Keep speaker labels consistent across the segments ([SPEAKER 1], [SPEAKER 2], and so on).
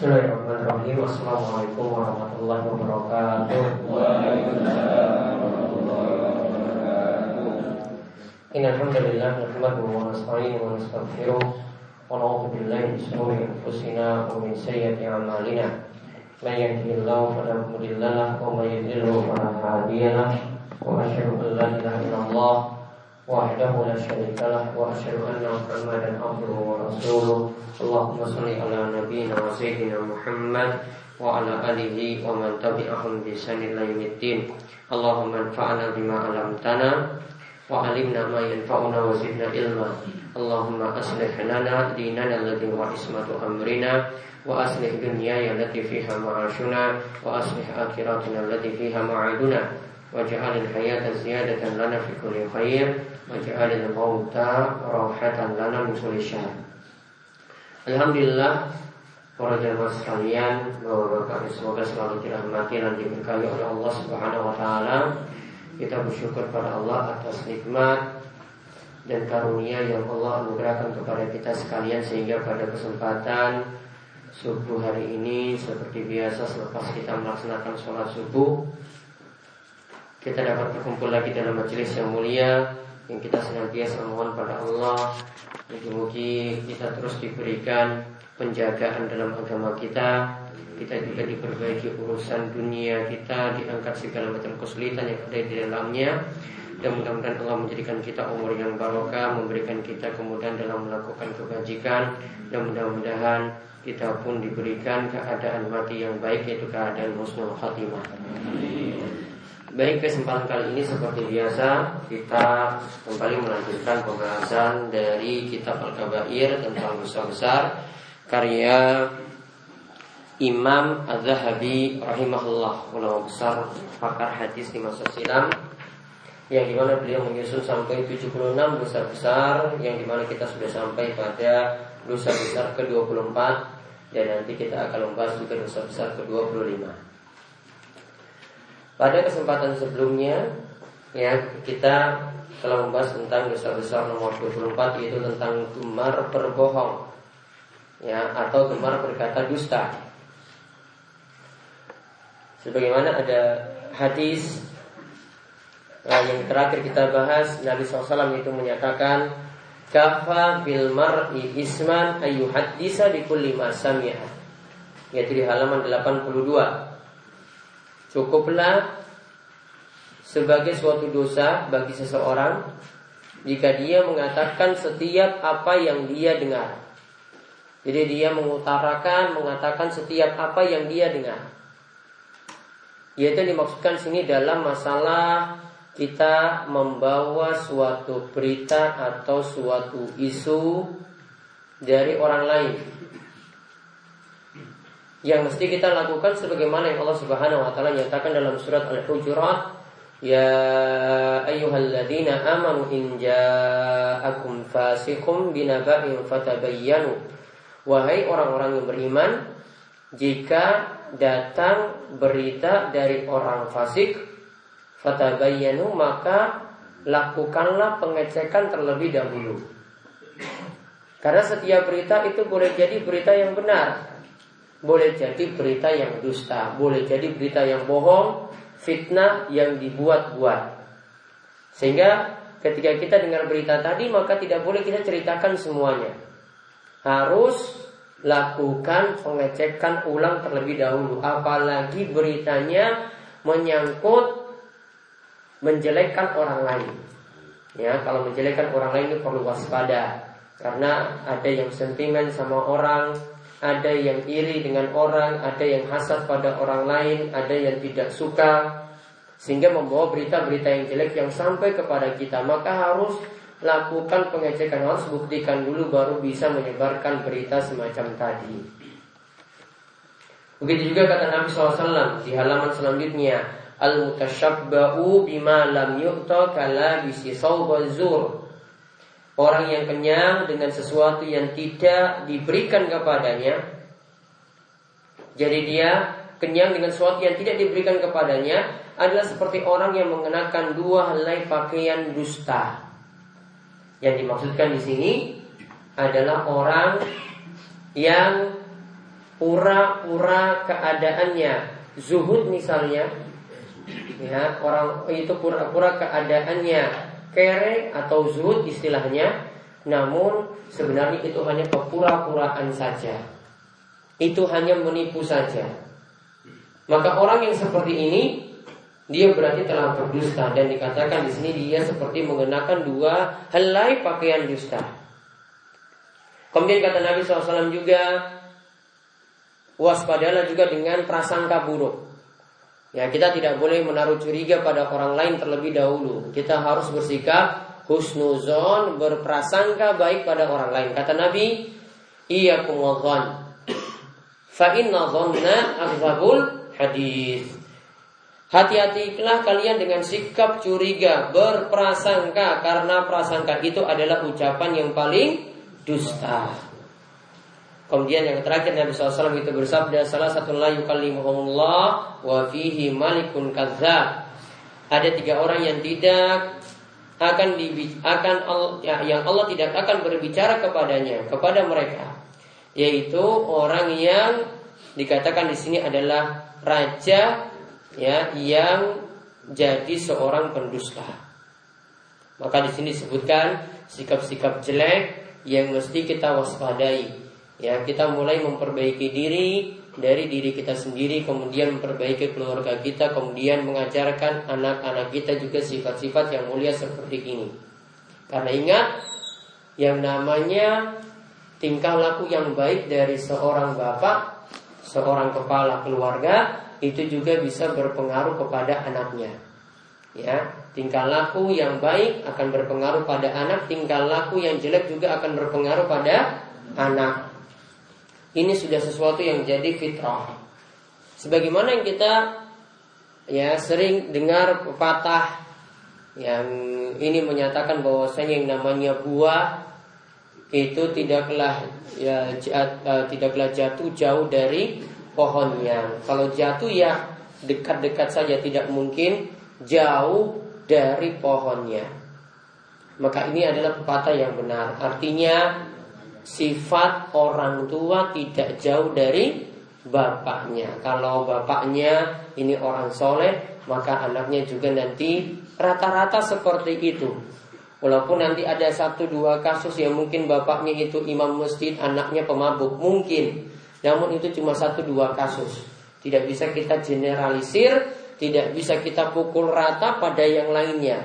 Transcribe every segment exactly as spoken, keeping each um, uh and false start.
[SPEAKER 1] Bismillahirrahmanirrahim. Assalamualaikum warahmatullahi wabarakatuh.
[SPEAKER 2] Waalaikumsalam warahmatullahi wabarakatuh.
[SPEAKER 1] Innal hamdalillah nahmaduhu wa nasta'inuhu wa nastaghfiruh wa na'udzu billahi min shururi anfusina wa min sayyiati a'malina. Man yahdihillahu fala mudilla lahu wa man yudlil fala hadiya lahu. Wa asyhadu an la ilaha illallah wahdahu la syarika lahu wa asyhadu anna Muhammadan abduhu wa rasuluh. Allahumma shalli ala nabiyyina wa sayyidina Muhammad wa ala alihi wa man tabi'ahum bi ihsan ila yaumiddin. Allahumma anfa'na bima 'allamtana wa 'allimna ma yanfa'una wa zidna ilma. Allahumma aslih lana dinana alladhi huwa ismatu amrina wa aslih dunyaya allati fiha ma'ashuna wa aslih akhiratina allati fiha ma'aduna waj'al al-hayata ziyadatan lana fi kulli khair waj'al al-mauta rahatan lana min kulli syarr. Alhamdulillah, para jemaah sekalian, bahwa kami semoga selalu dirahmati dan diberkahi oleh Allah Subhanahu wa taala. Kita bersyukur pada Allah atas nikmat dan karunia yang Allah anugerahkan kepada kita sekalian, sehingga pada kesempatan subuh hari ini seperti biasa selepas kita melaksanakan sholat subuh, kita dapat berkumpul lagi dalam majelis yang mulia yang kita senantiasa mohon pada Allah mugi-mugi kita terus diberikan penjagaan dalam agama kita, kita juga diperbaiki urusan dunia kita, diangkat segala macam kesulitan yang ada di dalamnya, dan mudah-mudahan Allah menjadikan kita umur yang barokah, memberikan kita kemudahan dalam melakukan kebajikan, dan mudah-mudahan kita pun diberikan keadaan mati yang baik, yaitu keadaan husnul khatimah. Baik, kesempatan kali ini seperti biasa kita kembali melanjutkan pembahasan dari kitab Al-Kabair tentang dosa besar karya Imam Az-Zahabi rahimahullah, ulama besar pakar hadis di masa silam, yang dimana beliau menyusun sampai tujuh puluh enam dosa besar, yang dimana kita sudah sampai pada dosa besar ke dua puluh empat, dan nanti kita akan membahas juga dosa besar ke dua puluh lima. Pada kesempatan sebelumnya ya, kita telah membahas tentang dosa besar nomor dua puluh empat, yaitu tentang gemar berbohong ya, atau gemar berkata dusta. Sebagaimana ada hadis nah, yang terakhir kita bahas, Nabi shallallahu alaihi wasallam itu menyatakan, kafa bil mar'i isman ayyuhaddisa bi kulli ma sami'a, yaitu di halaman delapan puluh dua. Cukuplah sebagai suatu dosa bagi seseorang jika dia mengatakan setiap apa yang dia dengar. Jadi dia mengutarakan, mengatakan setiap apa yang dia dengar. Yaitu dimaksudkan sini dalam masalah kita membawa suatu berita atau suatu isu dari orang lain, yang mesti kita lakukan sebagaimana yang Allah Subhanahu wa taala nyatakan dalam surat Al-Hujurat, ya ayyuhalladzina amanu in ja'akum fasiqun binaba'in fatabayyanu. Wahai orang-orang yang beriman, jika datang berita dari orang fasik, fatabayyanu, maka lakukanlah pengecekan terlebih dahulu. Karena setiap berita itu boleh jadi berita yang benar, boleh jadi berita yang dusta, boleh jadi berita yang bohong, fitnah yang dibuat-buat. Sehingga ketika kita dengar berita tadi, maka tidak boleh kita ceritakan semuanya. Harus lakukan pengecekan ulang terlebih dahulu. Apalagi beritanya menyangkut menjelekkan orang lain. Ya, kalau menjelekkan orang lain itu perlu waspada, karena ada yang sentimen sama orang, ada yang iri dengan orang, ada yang hasad pada orang lain, ada yang tidak suka, sehingga membawa berita-berita yang jelek yang sampai kepada kita. Maka harus lakukan pengecekan, harus buktikan dulu baru bisa menyebarkan berita semacam tadi. Begitu juga kata Nabi shallallahu alaihi wasallam di halaman selanjutnya, al-mutasyabba'u bima lam yu'ta kalabisi sawbazur. Orang yang kenyang dengan sesuatu yang tidak diberikan kepadanya. Jadi dia kenyang dengan sesuatu yang tidak diberikan kepadanya adalah seperti orang yang mengenakan dua helai pakaian dusta. Yang dimaksudkan di sini adalah orang yang pura-pura keadaannya zuhud misalnya, ya, orang itu pura-pura keadaannya kere atau zuhud istilahnya, namun sebenarnya itu hanya kepura-puraan saja, itu hanya menipu saja. Maka orang yang seperti ini dia berarti telah berdusta, dan dikatakan di sini dia seperti mengenakan dua helai pakaian dusta. Kemudian kata Nabi shallallahu alaihi wasallam juga, waspadalah juga dengan prasangka buruk. Ya, kita tidak boleh menaruh curiga pada orang lain terlebih dahulu. Kita harus bersikap husnuzon, berprasangka baik pada orang lain. Kata Nabi, iyyakum wadh-dhann, fa inna dhanna akdzabul hadis. Hati-hatilah kalian dengan sikap curiga, berprasangka, karena prasangka itu adalah ucapan yang paling dusta. Kemudian yang terakhir Nabi shallallahu alaihi wasallam itu bersabda, salah satu la yukallimuhumullah wa fihi malikun kadzdzab. Ada tiga orang yang tidak akan akan ya, yang Allah tidak akan berbicara kepadanya, kepada mereka, yaitu orang yang dikatakan di sini adalah raja, ya, yang jadi seorang pendusta. Maka di sini disebutkan sikap-sikap jelek yang mesti kita waspadai. Ya, kita mulai memperbaiki diri dari diri kita sendiri, kemudian memperbaiki keluarga kita, kemudian mengajarkan anak-anak kita juga sifat-sifat yang mulia seperti ini. Karena ingat, yang namanya tingkah laku yang baik dari seorang bapak, seorang kepala keluarga, itu juga bisa berpengaruh kepada anaknya. Ya, tingkah laku yang baik akan berpengaruh pada anak, tingkah laku yang jelek juga akan berpengaruh pada anak. Ini sudah sesuatu yang jadi fitrah. Sebagaimana yang kita ya sering dengar pepatah yang ini menyatakan bahwasanya yang namanya buah itu tidaklah ya jat, uh, tidaklah jatuh jauh dari pohonnya. Kalau jatuh ya dekat-dekat saja, tidak mungkin jauh dari pohonnya. Maka ini adalah pepatah yang benar. Artinya sifat orang tua tidak jauh dari bapaknya. Kalau bapaknya ini orang soleh, maka anaknya juga nanti rata-rata seperti itu. Walaupun nanti ada satu dua kasus yang mungkin bapaknya itu imam masjid, anaknya pemabuk, mungkin. Namun itu cuma satu dua kasus. Tidak bisa kita generalisir, tidak bisa kita pukul rata pada yang lainnya.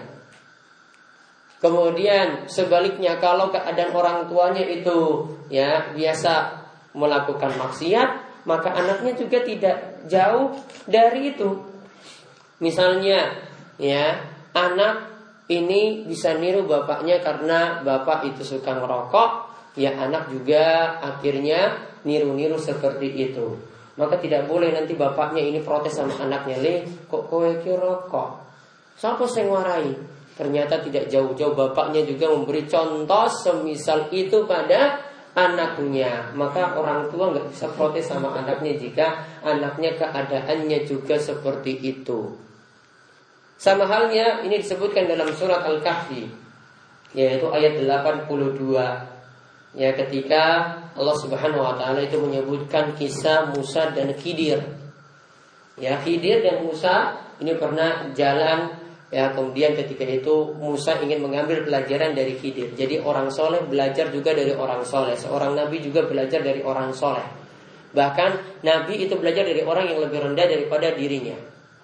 [SPEAKER 1] Kemudian sebaliknya, kalau keadaan orang tuanya itu ya biasa melakukan maksiat, maka anaknya juga tidak jauh dari itu. Misalnya ya, anak ini bisa niru bapaknya karena bapak itu suka ngerokok, ya anak juga akhirnya niru-niru seperti itu. Maka tidak boleh nanti bapaknya ini protes sama anaknya, "Le, kok kowe ki rokok? Sapa sing warai?" Ternyata tidak jauh-jauh bapaknya juga memberi contoh semisal itu pada anaknya. Maka orang tua nggak bisa protes sama anaknya jika anaknya keadaannya juga seperti itu. Sama halnya ini disebutkan dalam surat Al-Kahfi, yaitu ayat delapan puluh dua. Ya, ketika Allah Subhanahu wa taala itu menyebutkan kisah Musa dan Khidir. Ya, Khidir dan Musa ini pernah jalan. Ya, kemudian ketika itu Musa ingin mengambil pelajaran dari Khidir. Jadi orang soleh belajar juga dari orang soleh. Seorang nabi juga belajar dari orang soleh. Bahkan nabi itu belajar dari orang yang lebih rendah daripada dirinya.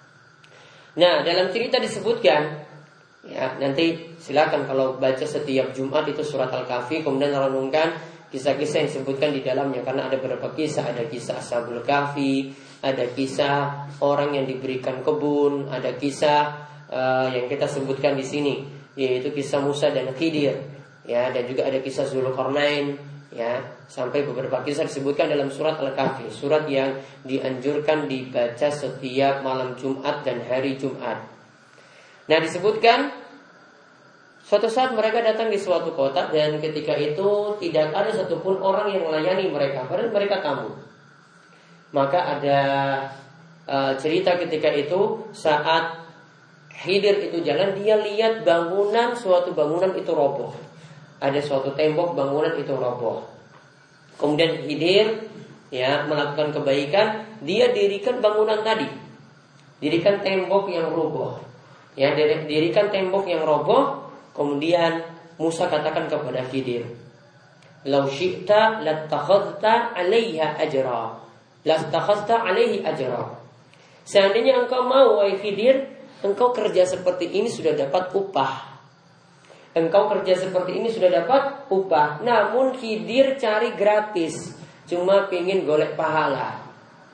[SPEAKER 1] Nah, dalam cerita disebutkan, ya nanti silakan kalau baca setiap Jumat itu surat Al-Kahfi, kemudian renungkan kisah-kisah yang disebutkan di dalamnya. Karena ada beberapa kisah, ada kisah Ashabul Kahfi, ada kisah orang yang diberikan kebun, ada kisah Uh, yang kita sebutkan di sini, yaitu kisah Musa dan Khidir, ya, dan juga ada kisah Zulkarnain, ya, sampai beberapa kisah disebutkan dalam surat Al-Kahfi, surat yang dianjurkan dibaca setiap malam Jumat dan hari Jumat. Nah, disebutkan suatu saat mereka datang di suatu kota, dan ketika itu tidak ada satupun orang yang melayani mereka, padahal mereka tamu. Maka ada uh, cerita ketika itu saat Khidir itu jalan, dia lihat bangunan, suatu bangunan itu roboh. Ada suatu tembok bangunan itu roboh. Kemudian Khidir ya melakukan kebaikan, dia dirikan bangunan tadi, dirikan tembok yang roboh, ya dirikan tembok yang roboh. Kemudian Musa katakan kepada Khidir, "Lau syi'ta lattakhadhta 'alaiha ajra." Lattakhadhta 'alaihi ajra. Seandainya engkau mau, wahai Khidir, engkau kerja seperti ini sudah dapat upah. Engkau kerja seperti ini sudah dapat upah. Namun Khidir cari gratis, cuma pengen golek pahala.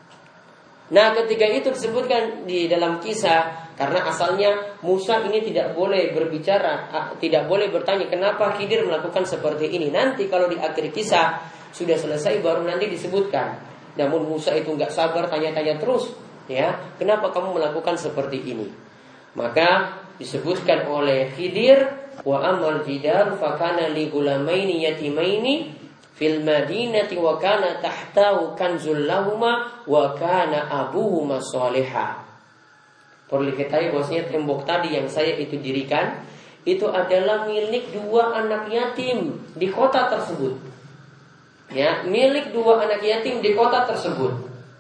[SPEAKER 1] Nah, ketika itu disebutkan di dalam kisah, karena asalnya Musa ini tidak boleh berbicara, tidak boleh bertanya kenapa Khidir melakukan seperti ini. Nanti kalau di akhir kisah sudah selesai baru nanti disebutkan. Namun Musa itu nggak sabar, tanya-tanya terus, ya, kenapa kamu melakukan seperti ini? Maka disebutkan oleh Khidir, wa amal jidar fakana li gulamaini yatimaini fil madinati wa kana tahtahu kanzul lahuma wa kana abuhuma shaliha. Perlu diketahui bahwasanya tembok tadi yang saya itu dirikan itu adalah milik dua anak yatim di kota tersebut. Ya, milik dua anak yatim di kota tersebut.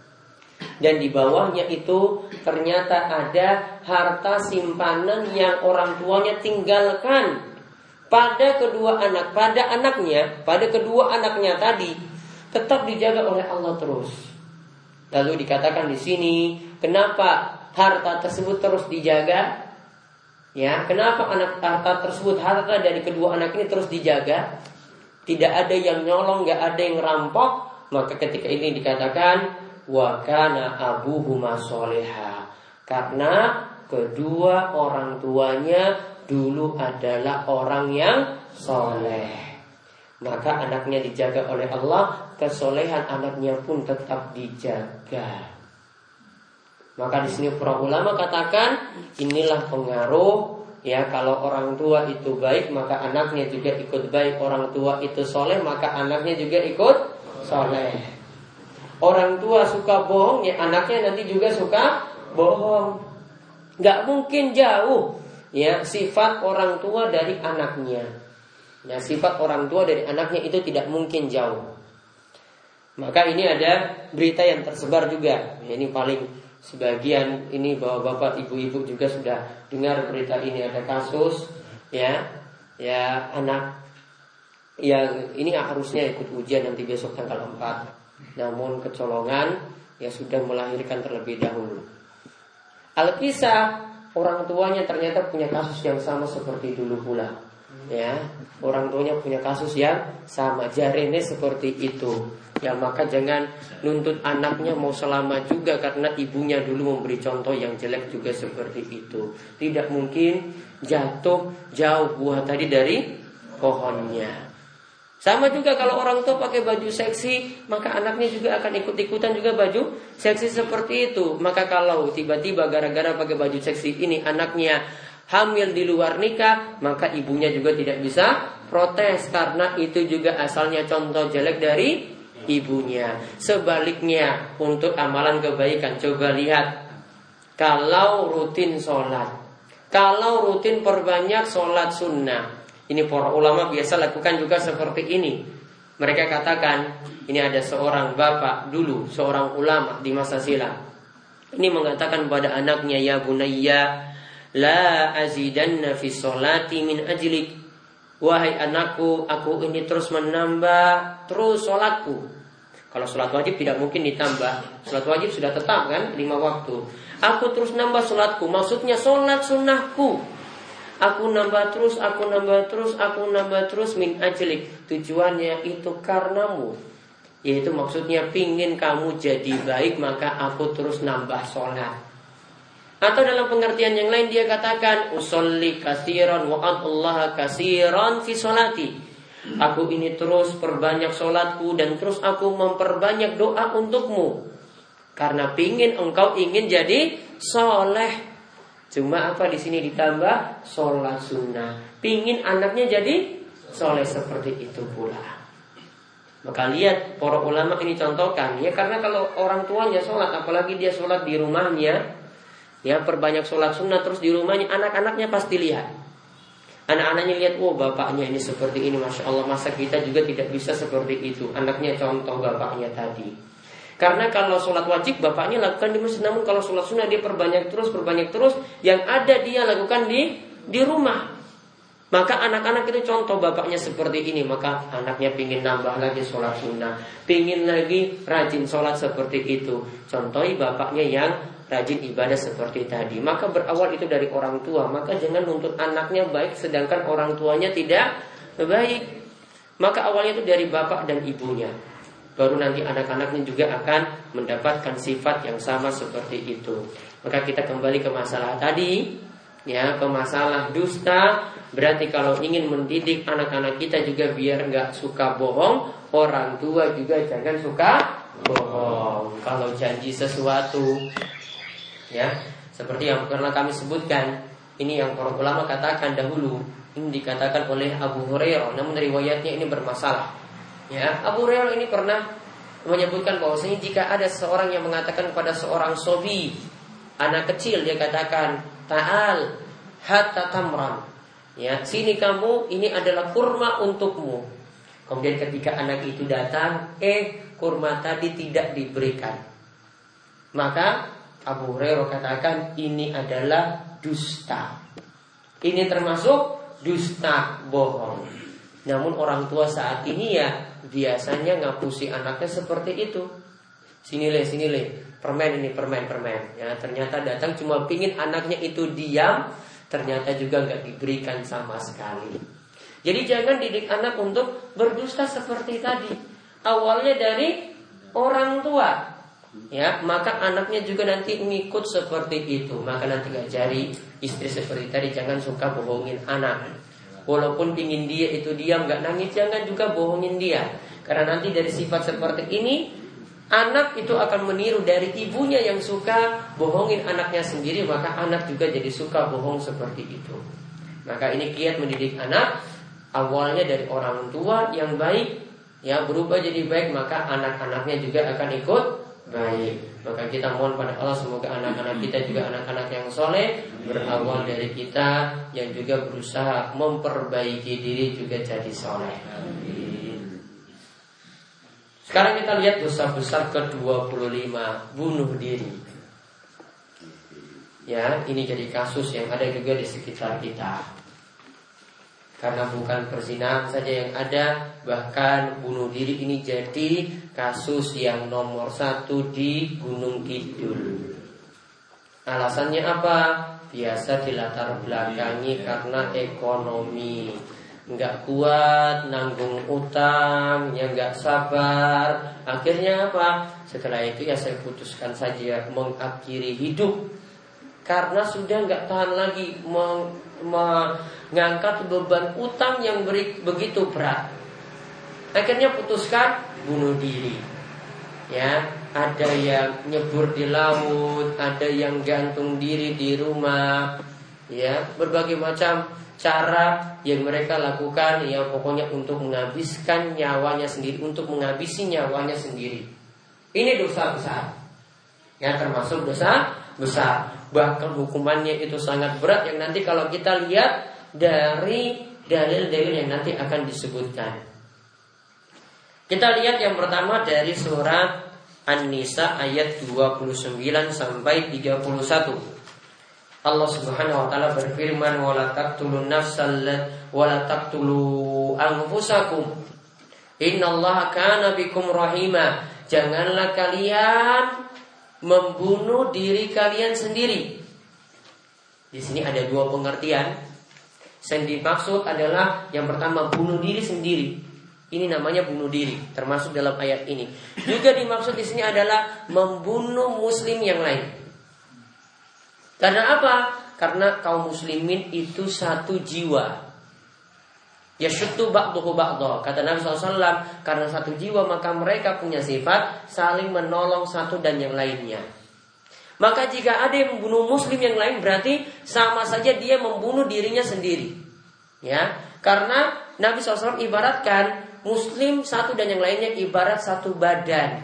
[SPEAKER 1] Dan di bawahnya itu ternyata ada harta simpanan yang orang tuanya tinggalkan pada kedua anak, pada anaknya, pada kedua anaknya tadi tetap dijaga oleh Allah terus. Lalu dikatakan di sini, kenapa harta tersebut terus dijaga? Ya, kenapa anak harta tersebut, harta dari kedua anak ini terus dijaga? Tidak ada yang nyolong, nggak ada yang rampok. Maka ketika ini dikatakan wa kana abuhuma sholiha, karena kedua orang tuanya dulu adalah orang yang soleh. Maka anaknya dijaga oleh Allah, kesolehan anaknya pun tetap dijaga. Maka di sini para ulama katakan inilah pengaruh. Ya, kalau orang tua itu baik maka anaknya juga ikut baik. Orang tua itu soleh maka anaknya juga ikut soleh. Orang tua suka bohong, ya anaknya nanti juga suka bohong. Gak mungkin jauh ya sifat orang tua dari anaknya. Ya, sifat orang tua dari anaknya itu tidak mungkin jauh. Maka ini ada berita yang tersebar juga. Ya, ini paling sebagian ini bapak-bapak, ibu-ibu juga sudah dengar berita ini. Ada kasus ya, ya anak yang ini harusnya ikut ujian nanti besok tanggal empat, namun kecolongan ya sudah melahirkan terlebih dahulu. Alkisah orang tuanya ternyata punya kasus yang sama seperti dulu pula. Ya, orang tuanya punya kasus yang sama, jarene seperti itu. Ya, maka jangan nuntut anaknya mau selamat juga karena ibunya dulu memberi contoh yang jelek juga seperti itu. Tidak mungkin jatuh jauh buah tadi dari pohonnya. Sama juga kalau orang tua pakai baju seksi, maka anaknya juga akan ikut-ikutan juga baju seksi seperti itu. Maka kalau tiba-tiba gara-gara pakai baju seksi ini anaknya hamil di luar nikah, maka ibunya juga tidak bisa protes karena itu juga asalnya contoh jelek dari ibunya. Sebaliknya untuk amalan kebaikan, coba lihat, kalau rutin sholat, kalau rutin perbanyak sholat sunnah, ini para ulama biasa lakukan juga seperti ini. Mereka katakan, ini ada seorang bapak dulu, seorang ulama di masa silam, ini mengatakan pada anaknya, ya bunayya la azidanna fi sholati min ajlik, wahai anakku, aku ini terus menambah terus sholatku. Kalau sholat wajib tidak mungkin ditambah, sholat wajib sudah tetap kan, lima waktu. Aku terus nambah sholatku, maksudnya sholat sunnahku. Aku nambah terus, aku nambah terus, aku nambah terus min ajlik. Tujuannya itu karenamu, yaitu maksudnya pingin kamu jadi baik, maka aku terus nambah sholat. Atau dalam pengertian yang lain dia katakan, usolli katsiran wa Allah katsiran fi sholati. Aku ini terus perbanyak sholatku dan terus aku memperbanyak doa untukmu, karena pingin engkau ingin jadi soleh. Cuma apa di sini ditambah sholat sunnah, pingin anaknya jadi soleh seperti itu pula. Maka lihat para ulama ini contohkan ya, karena kalau orang tuanya sholat, apalagi dia sholat di rumahnya, ya perbanyak sholat sunnah terus di rumahnya, anak-anaknya pasti lihat. Anak-anaknya lihat, oh bapaknya ini seperti ini, masya Allah, masa kita juga tidak bisa seperti itu. Anaknya contoh bapaknya tadi.
[SPEAKER 3] Karena kalau sholat wajib bapaknya lakukan di masjid, namun kalau sholat sunnah dia perbanyak terus, perbanyak terus, yang ada dia lakukan di di rumah. Maka anak-anak itu contoh bapaknya seperti ini, maka anaknya pingin nambah lagi sholat sunnah, pingin lagi rajin sholat seperti itu. Contohi bapaknya yang rajin ibadah seperti tadi. Maka berawal itu dari orang tua. Maka jangan nuntut anaknya baik sedangkan orang tuanya tidak baik. Maka awalnya itu dari bapak dan ibunya. Baru nanti anak-anaknya juga akan mendapatkan sifat yang sama seperti itu. Maka kita kembali ke masalah tadi, ya, ke masalah dusta. Berarti kalau ingin mendidik anak-anak kita juga biar nggak suka bohong, orang tua juga jangan suka bohong. Kalau janji sesuatu, ya, seperti yang pernah kami sebutkan, ini yang para ulama katakan dahulu, ini dikatakan oleh Abu Hurairah, namun riwayatnya ini bermasalah. Ya, Abu Hurairah ini pernah menyebutkan bahwasanya jika ada seorang yang mengatakan kepada seorang sobi, anak kecil, dia katakan, ta'al hatta tamran, ya, sini kamu, ini adalah kurma untukmu. Kemudian ketika anak itu datang, eh kurma tadi tidak diberikan, maka Abu Hurairah katakan ini adalah dusta. Ini termasuk dusta, bohong. Namun orang tua saat ini ya biasanya ngapusi anaknya seperti itu. Sini le, sini le, permen ini, permen, permen. Ya, ternyata datang cuma pingin anaknya itu diam, ternyata juga nggak diberikan sama sekali. Jadi jangan didik anak untuk berdusta seperti tadi. Awalnya dari orang tua, ya, maka anaknya juga nanti ngikut seperti itu. Maka nanti nggak cari istri seperti tadi, jangan suka bohongin anak. Walaupun pingin dia itu diam gak nangis, jangan juga bohongin dia. Karena nanti dari sifat seperti ini, anak itu akan meniru dari ibunya yang suka bohongin anaknya sendiri, maka anak juga jadi suka bohong seperti itu. Maka ini kiat mendidik anak, awalnya dari orang tua yang baik, ya, berubah jadi baik, maka anak-anaknya juga akan ikut baik. Maka kita mohon pada Allah semoga anak-anak kita juga anak-anak yang soleh, berawal dari kita yang juga berusaha memperbaiki diri juga jadi soleh. Sekarang kita lihat dosa besar ke dua puluh lima, bunuh diri. Ya, ini jadi kasus yang ada juga di sekitar kita. Karena bukan perzinahan saja yang ada, bahkan bunuh diri ini jadi kasus yang nomor satu di Gunung Kidul. Alasannya apa? Biasa dilatar belakangi karena ekonomi, nggak kuat nanggung utang, ya nggak sabar. Akhirnya apa? Setelah itu ya saya putuskan saja mengakhiri hidup karena sudah nggak tahan lagi meng mengangkat beban utang yang beri, begitu berat. Akhirnya putuskan bunuh diri. Ya, ada yang nyebur di laut, ada yang gantung diri di rumah. Ya, berbagai macam cara yang mereka lakukan, ya pokoknya untuk menghabiskan nyawanya sendiri, untuk menghabisi nyawanya sendiri. Ini dosa besar. Ya, termasuk dosa besar. Bahkan hukumannya itu sangat berat yang nanti kalau kita lihat dari dalil-dalil yang nanti akan disebutkan. Kita lihat yang pertama dari surat An-Nisa ayat dua puluh sembilan sampai tiga puluh satu. Allah Subhanahu wa taala berfirman, "Wala taqtulun nafsal wala taqtulu anfusakum. Innallaha kana bikum rahima." Janganlah kalian membunuh diri kalian sendiri. Di sini ada dua pengertian. Yang dimaksud adalah yang pertama bunuh diri sendiri. Ini namanya bunuh diri, termasuk dalam ayat ini. Juga dimaksud di sini adalah membunuh muslim yang lain. Karena apa? Karena kaum muslimin itu satu jiwa. Yasyuddu ba'duhu ba'dha. Kata Nabi shallallahu alaihi wasallam, karena satu jiwa maka mereka punya sifat saling menolong satu dan yang lainnya. Maka jika ada yang membunuh muslim yang lain, berarti sama saja dia membunuh dirinya sendiri. Ya, karena Nabi shallallahu alaihi wasallam ibaratkan muslim satu dan yang lainnya ibarat satu badan.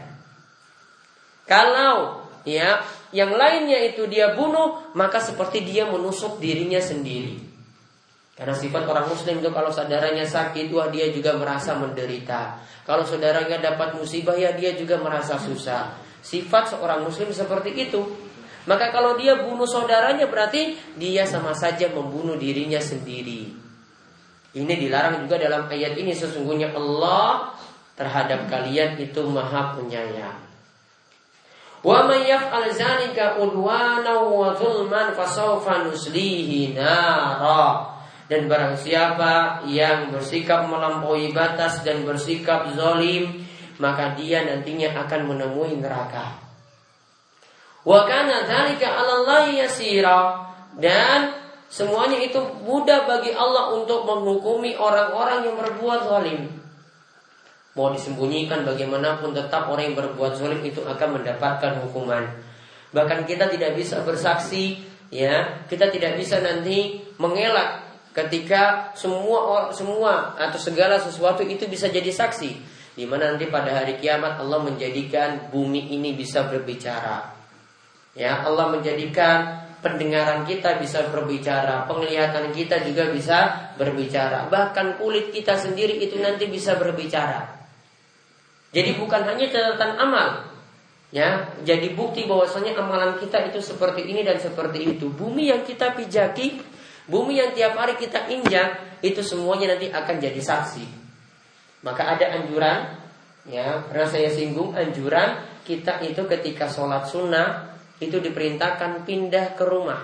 [SPEAKER 3] Kalau ya yang lainnya itu dia bunuh, maka seperti dia menusuk dirinya sendiri. Karena sifat orang muslim itu kalau saudaranya sakit, wah dia juga merasa menderita. Kalau saudaranya dapat musibah, ya dia juga merasa susah. Sifat seorang muslim seperti itu. Maka kalau dia bunuh saudaranya, berarti dia sama saja membunuh dirinya sendiri. Ini dilarang juga dalam ayat ini. Sesungguhnya Allah terhadap kalian itu maha penyayang. Wa may yaf'al zalika udwana wa zulman fasawfa nuslihi nara. Dan barang siapa yang bersikap melampaui batas dan bersikap zalim, maka dia nantinya akan menemui neraka. Wa kana dzalika 'ala Allahi yasira. Dan semuanya itu mudah bagi Allah untuk menghukumi orang-orang yang berbuat zalim. Mau disembunyikan bagaimanapun, tetap orang yang berbuat zalim itu akan mendapatkan hukuman. Bahkan kita tidak bisa bersaksi, ya, kita tidak bisa nanti mengelak ketika semua semua atau segala sesuatu itu bisa jadi saksi, di mana nanti pada hari kiamat Allah menjadikan bumi ini bisa berbicara. Ya, Allah menjadikan pendengaran kita bisa berbicara, penglihatan kita juga bisa berbicara, bahkan kulit kita sendiri itu nanti bisa berbicara. Jadi bukan hanya catatan amal, ya, jadi bukti bahwasanya amalan kita itu seperti ini dan seperti itu. Bumi yang kita pijaki, bumi yang tiap hari kita injak, itu semuanya nanti akan jadi saksi. Maka ada anjuran, ya, pernah saya singgung anjuran kita itu ketika sholat sunnah itu diperintahkan pindah ke rumah.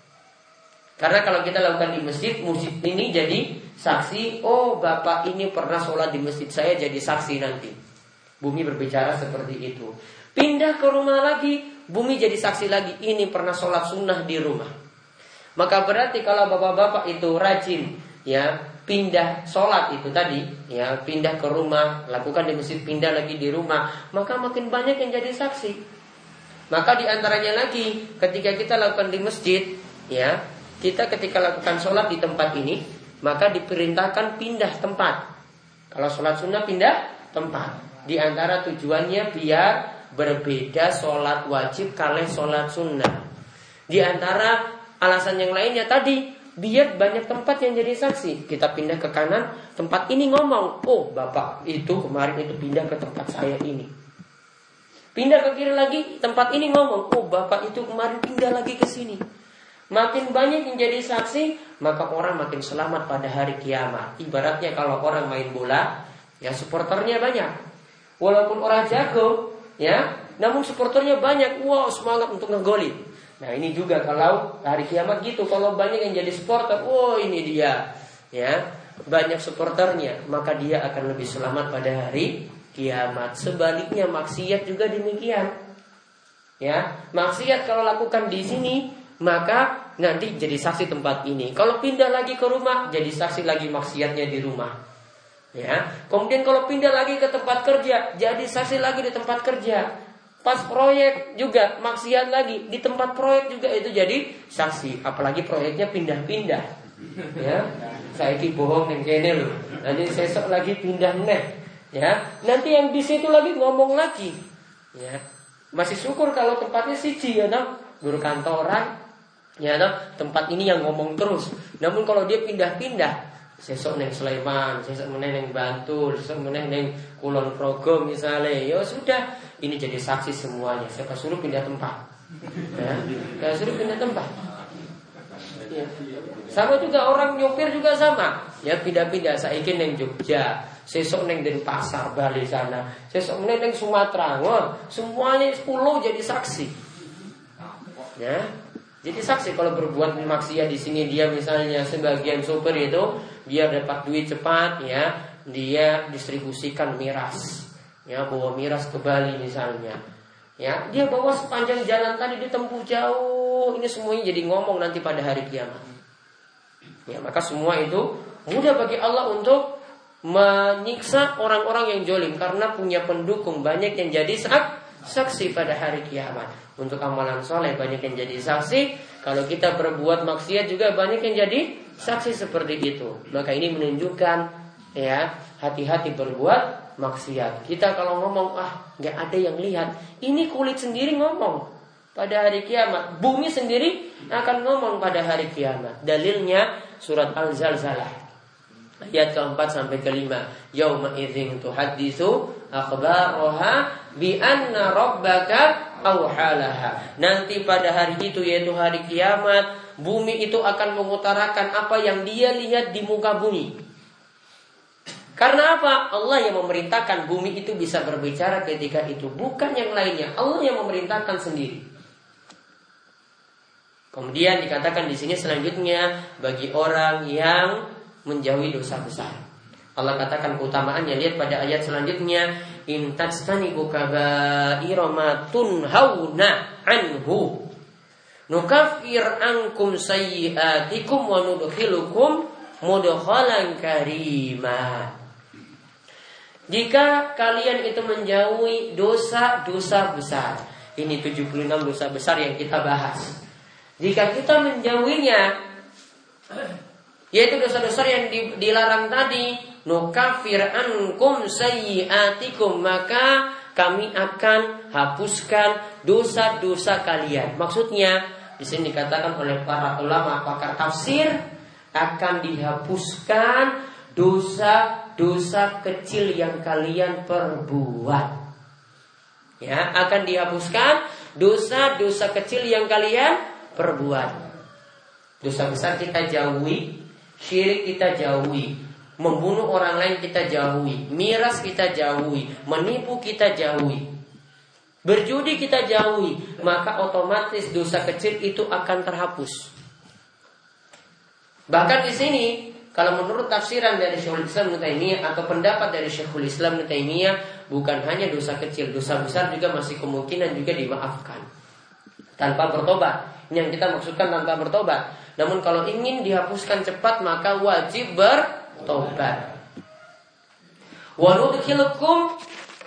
[SPEAKER 3] Karena kalau kita lakukan di masjid, masjid ini jadi saksi. Oh, bapak ini pernah sholat di masjid saya, jadi saksi nanti. Bumi berbicara seperti itu. Pindah ke rumah lagi, bumi jadi saksi lagi. Ini pernah sholat sunnah di rumah. Maka berarti kalau bapak-bapak itu rajin, ya, pindah sholat itu tadi, ya, pindah ke rumah, lakukan di masjid, pindah lagi di rumah, maka makin banyak yang jadi saksi. Maka diantaranya lagi, ketika kita lakukan di masjid, ya, kita ketika lakukan sholat di tempat ini, maka diperintahkan pindah tempat. Kalau sholat sunnah pindah tempat. Di antara tujuannya biar berbeda sholat wajib kalian sholat sunnah. Di antara alasan yang lainnya tadi, biar banyak tempat yang jadi saksi. Kita pindah ke kanan, tempat ini ngomong, oh bapak itu kemarin itu pindah ke tempat saya ini. Pindah ke kiri lagi, tempat ini ngomong, oh bapak itu kemarin pindah lagi ke sini. Makin banyak yang jadi saksi, maka orang makin selamat pada hari kiamat. Ibaratnya kalau orang main bola, ya supporternya banyak. Walaupun orang jago, ya, namun supporternya banyak. Wow, semangat untuk ngegolin. Nah ini juga kalau hari kiamat gitu, kalau banyak yang jadi supporter, wow ini dia, ya, banyak supporternya, maka dia akan lebih selamat pada hari kiamat. Sebaliknya maksiat juga demikian. Ya, maksiat kalau lakukan di sini, maka nanti jadi saksi tempat ini. Kalau pindah lagi ke rumah, jadi saksi lagi maksiatnya di rumah. Ya, kemudian kalau pindah lagi ke tempat kerja, jadi saksi lagi di tempat kerja. Pas proyek juga maksiat lagi di tempat proyek juga itu jadi saksi. Apalagi proyeknya pindah-pindah. Ya, saya ki bohong yang kene loh. Nanti sesok lagi pindah neh. Ya, nanti yang di situ lagi ngomong lagi. Ya, masih syukur kalau tempatnya siji ya toh, guru kantoran. Ya toh, tempat ini yang ngomong terus. Namun kalau dia pindah-pindah, sesok neng Sleman, sesok meneh neng Bantul, sesok meneh neng Kulon Progo misalnya, ya sudah, ini jadi saksi semuanya. Saya suruh pindah tempat, ya, saya suruh pindah tempat. Ya. Sama juga orang nyopir juga sama, ya pindah-pindah. Saya ingin neng Jogja, sesok neng Denpasar, Bali sana, sesok meneh neng Sumatera, wah, semuanya sepuluh jadi saksi. Ya. Jadi saksi kalau berbuat maksiat di sini dia misalnya sebagian sopir itu biar dapat duit cepat, ya, dia distribusikan miras, ya, bawa miras ke Bali misalnya, ya, dia bawa sepanjang jalan tadi ditempuh jauh, ini semuanya jadi ngomong nanti pada hari kiamat. Ya, maka semua itu mudah bagi Allah untuk menyiksa orang-orang yang zalim karena punya pendukung banyak yang jadi saksi pada hari kiamat. Untuk amalan soleh banyak yang jadi saksi. Kalau kita berbuat maksiat juga banyak yang jadi saksi seperti itu. Maka ini menunjukkan, ya, hati-hati berbuat maksiat. Kita kalau ngomong, ah gak ada yang lihat, ini kulit sendiri ngomong pada hari kiamat. Bumi sendiri akan ngomong pada hari kiamat. Dalilnya surat Al-Zalzalah ayat keempat sampai kelima. Yauma idzin tuhadditsu akhbaraha bi anna rabbaka awhalaha. Nanti pada hari itu, yaitu hari kiamat, bumi itu akan mengutarakan apa yang dia lihat di muka bumi. Karena apa? Allah yang memerintahkan bumi itu bisa berbicara ketika itu, bukan yang lainnya. Allah yang memerintahkan sendiri. Kemudian dikatakan di sini selanjutnya bagi orang yang menjauhi dosa besar. Allah katakan keutamaannya, lihat pada ayat selanjutnya, in tajtanibu kaba'ira ma tunhauna anhu nukaffir ankum sayyi'atikum wa nudkhilukum mudkhalan karima. Jika kalian itu menjauhi dosa-dosa besar, ini tujuh puluh enam dosa besar yang kita bahas. Jika kita menjauhinya, yaitu dosa-dosa yang dilarang tadi, nukafir ankum sayyi'atikum, maka kami akan hapuskan dosa-dosa kalian. Maksudnya di sini dikatakan oleh para ulama pakar tafsir, akan dihapuskan dosa-dosa kecil yang kalian perbuat. Ya, akan dihapuskan dosa-dosa kecil yang kalian perbuat. Dosa besar kita jauhi, syirik kita jauhi, membunuh orang lain kita jauhi, miras kita jauhi, menipu kita jauhi, berjudi kita jauhi, maka otomatis dosa kecil itu akan terhapus. Bahkan di sini, kalau menurut tafsiran dari Syekhul Islam Ibnu Taimiyah atau pendapat dari Syekhul Islam Ibnu Taimiyah, bukan hanya dosa kecil, dosa besar juga masih kemungkinan juga dimaafkan tanpa bertobat. Ini yang kita maksudkan tanpa bertobat. Namun kalau ingin dihapuskan cepat, maka wajib bertobat. Wa nudkhilukum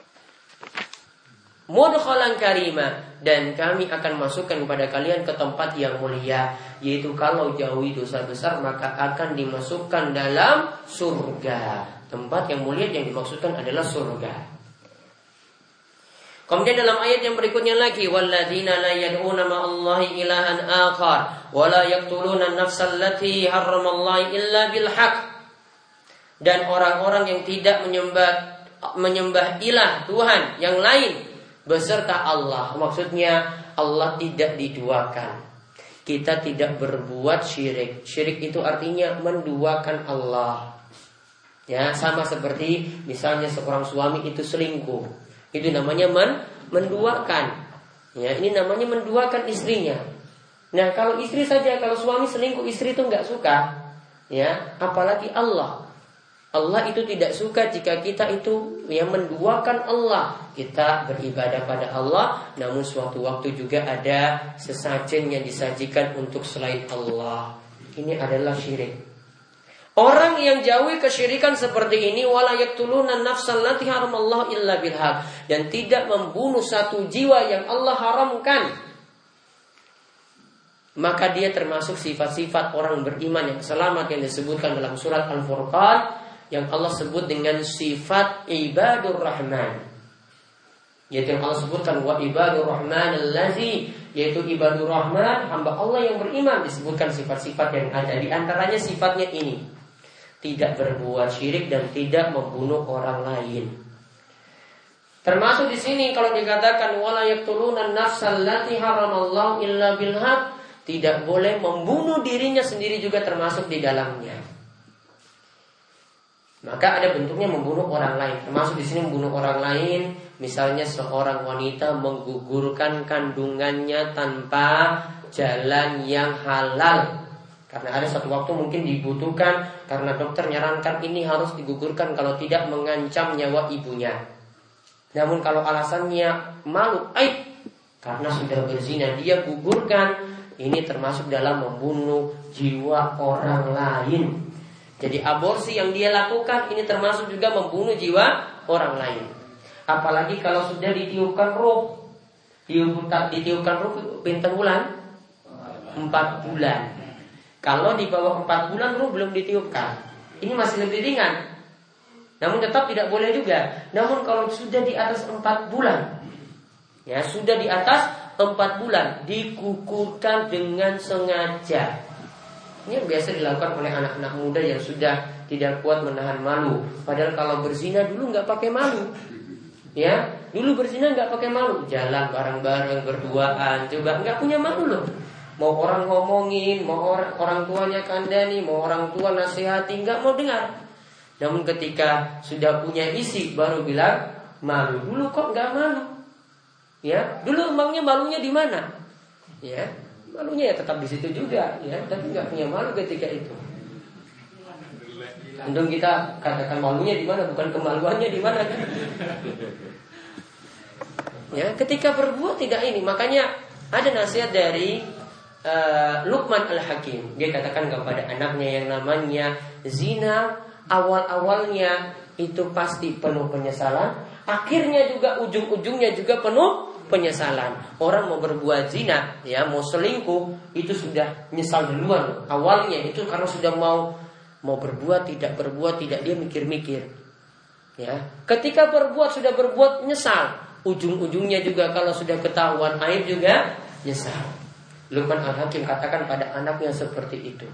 [SPEAKER 3] mudkhalan karima, dan kami akan masukkan kepada kalian ke tempat yang mulia, yaitu kalau jauhi dosa besar maka akan dimasukkan dalam surga. Tempat yang mulia yang dimaksudkan adalah surga. Kemudian dalam ayat yang berikutnya lagi, walladzina la yad'una ma'allahi ilahan akhar wa la yaqtuluna an-nafsa allati harramallahi illa bil haqq. Dan orang-orang yang tidak menyembah menyembah ilah Tuhan yang lain beserta Allah. Maksudnya Allah tidak diduakan. Kita tidak berbuat syirik. Syirik itu artinya menduakan Allah. Ya, sama seperti misalnya seorang suami itu selingkuh. Itu namanya men, menduakan. Ya, ini namanya menduakan istrinya. Nah, kalau istri saja, kalau suami selingkuh, istri itu nggak suka. Ya, apalagi Allah. Allah itu tidak suka jika kita itu yang menduakan Allah. Kita beribadah pada Allah, namun suatu waktu juga ada sesajen yang disajikan untuk selain Allah. Ini adalah syirik. Orang yang jauhi kesyirikan seperti ini, wala yaqtuluna an-nafsal lati haramallahu illa bil haq, dan tidak membunuh satu jiwa yang Allah haramkan, maka dia termasuk sifat-sifat orang beriman yang selamat yang disebutkan dalam surat Al-Furqan, yang Allah sebut dengan sifat ibadur rahman, yaitu yang Allah sebutkan wa ibadur rahman allazi, yaitu ibadur rahman, hamba Allah yang beriman. Disebutkan sifat-sifat yang ada, di antaranya sifatnya ini, tidak berbuat syirik dan tidak membunuh orang lain. Termasuk di sini kalau dikatakan wala yaqtuluna an-nafsal lati haramallahu illa bil haq, tidak boleh membunuh dirinya sendiri juga termasuk di dalamnya. Maka ada bentuknya membunuh orang lain. Termasuk di sini membunuh orang lain, misalnya seorang wanita menggugurkan kandungannya tanpa jalan yang halal. Karena ada satu waktu mungkin dibutuhkan, karena dokter nyarankan ini harus digugurkan, kalau tidak mengancam nyawa ibunya. Namun kalau alasannya malu, aib, karena sudah berzina, dia gugurkan, ini termasuk dalam membunuh jiwa orang lain. Jadi aborsi yang dia lakukan ini termasuk juga membunuh jiwa orang lain. Apalagi kalau sudah ditiupkan ruh. Ditiupkan ruh bintang bulan? Empat bulan. Kalau di bawah empat bulan ruh belum ditiupkan, ini masih lebih ringan. Namun tetap tidak boleh juga. Namun kalau sudah di atas empat bulan, ya sudah di atas empat bulan, dikukuhkan dengan sengaja. Ini yang biasa dilakukan oleh anak-anak muda yang sudah tidak kuat menahan malu. Padahal kalau berzina dulu nggak pakai malu. Ya, dulu berzina nggak pakai malu, jalan bareng-bareng berduaan, coba nggak punya malu loh. Mau orang ngomongin, mau orang orang tuanya kandani, mau orang tua nasihati, nggak mau dengar. Namun ketika sudah punya isi, baru bilang malu. Dulu kok nggak malu? Ya, dulu emangnya malunya di mana? Ya, malunya ya tetap di situ juga, ya, tapi nggak punya malu ketika itu. Untung kita katakan malunya di mana, bukan kemaluannya di mana. Ya, ketika berbuat tidak ini, makanya ada nasihat dari uh, Luqman Al-Hakim. Dia katakan kepada anaknya yang namanya zina, awal-awalnya itu pasti penuh penyesalan, akhirnya juga ujung-ujungnya juga penuh penyesalan. Orang mau berbuat zina, ya, mau selingkuh, itu sudah nyesal duluan. Awalnya itu karena sudah mau mau berbuat, tidak berbuat, tidak, dia mikir-mikir. Ya, ketika berbuat sudah berbuat nyesal. Ujung-ujungnya juga kalau sudah ketahuan aib juga nyesal. Luqman Al-Hakim katakan pada anaknya seperti itu.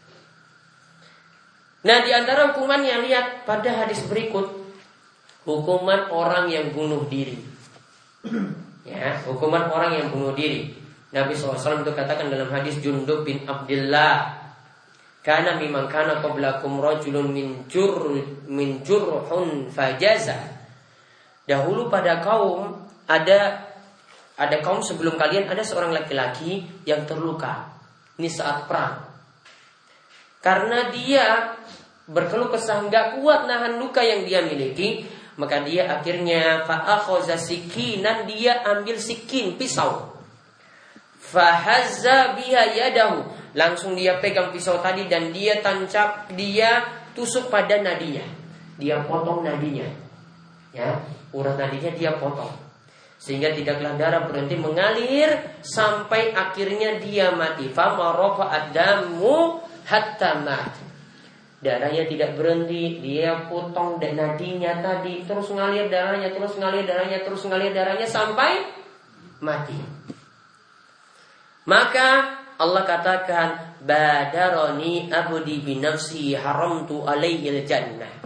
[SPEAKER 3] Nah, di antara hukumannya, lihat pada hadis berikut, hukuman orang yang bunuh diri. Ya, hukuman orang yang bunuh diri. Nabi shallallahu alaihi wasallam itu katakan dalam hadis Jundub bin Abdullah, kana mimman kana qablakum rajulun min jur min jurhun fajaza. Dahulu pada kaum ada ada kaum sebelum kalian ada seorang laki-laki yang terluka. Ini saat perang. Karena dia berkeluh kesah nggak kuat nahan luka yang dia miliki, maka dia akhirnya fa'akhaza sikinan, dia ambil sikin, pisau. Fahazza biha yadahu, langsung dia pegang pisau tadi dan dia tancap, dia tusuk pada nadinya. Dia potong nadinya. Ya, urat nadinya dia potong. Sehingga tidaklah darah berhenti mengalir sampai akhirnya dia mati. Fama rafa'ad damu hatta mat. Darahnya tidak berhenti, dia potong dan nadinya tadi terus ngalir darahnya, terus ngalir darahnya, terus ngalir darahnya sampai mati. Maka Allah katakan, badaroni abdi binafsi haramtu alaihil jannah.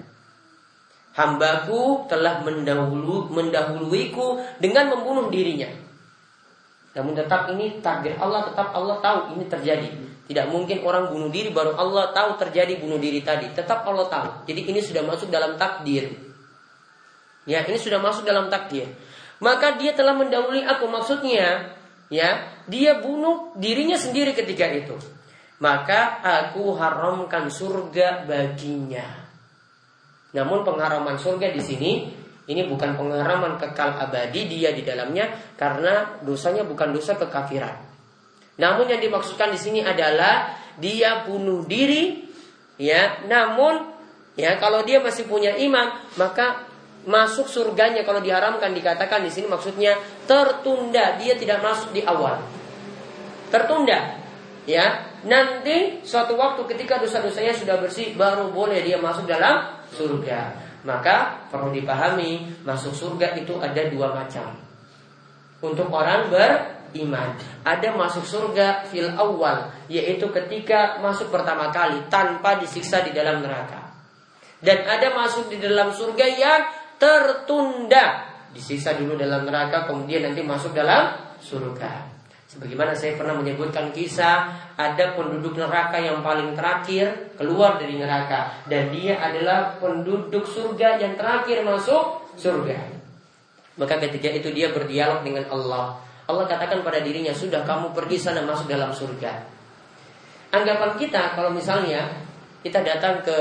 [SPEAKER 3] Hambaku telah mendahulu, mendahuluiku dengan membunuh dirinya. Namun tetap ini takdir Allah, tetap Allah tahu ini terjadi. Tidak mungkin orang bunuh diri baru Allah tahu terjadi bunuh diri tadi. Tetap Allah tahu. Jadi ini sudah masuk dalam takdir. Ya, ini sudah masuk dalam takdir. Maka dia telah mendahului aku, maksudnya, ya, dia bunuh dirinya sendiri ketika itu. Maka aku haramkan surga baginya. Namun pengharaman surga di sini ini bukan pengharaman kekal abadi dia di dalamnya, karena dosanya bukan dosa kekafiran. Namun yang dimaksudkan di sini adalah dia bunuh diri, ya. Namun ya kalau dia masih punya iman, maka masuk surganya kalau diharamkan dikatakan di sini maksudnya tertunda, dia tidak masuk di awal. Tertunda, ya. Nanti suatu waktu ketika dosa-dosanya sudah bersih baru boleh dia masuk dalam surga. Maka perlu dipahami, masuk surga itu ada dua macam. Untuk orang beriman, ada masuk surga fil awal, yaitu ketika masuk pertama kali tanpa disiksa di dalam neraka. Dan ada masuk di dalam surga yang tertunda, disiksa dulu dalam neraka, kemudian nanti masuk dalam surga. Sebagaimana saya pernah menyebutkan kisah, ada penduduk neraka yang paling terakhir keluar dari neraka, dan dia adalah penduduk surga yang terakhir masuk surga. Maka ketika itu dia berdialog dengan Allah. Allah katakan pada dirinya, sudah kamu pergi sana masuk dalam surga. Anggapan kita kalau misalnya kita datang ke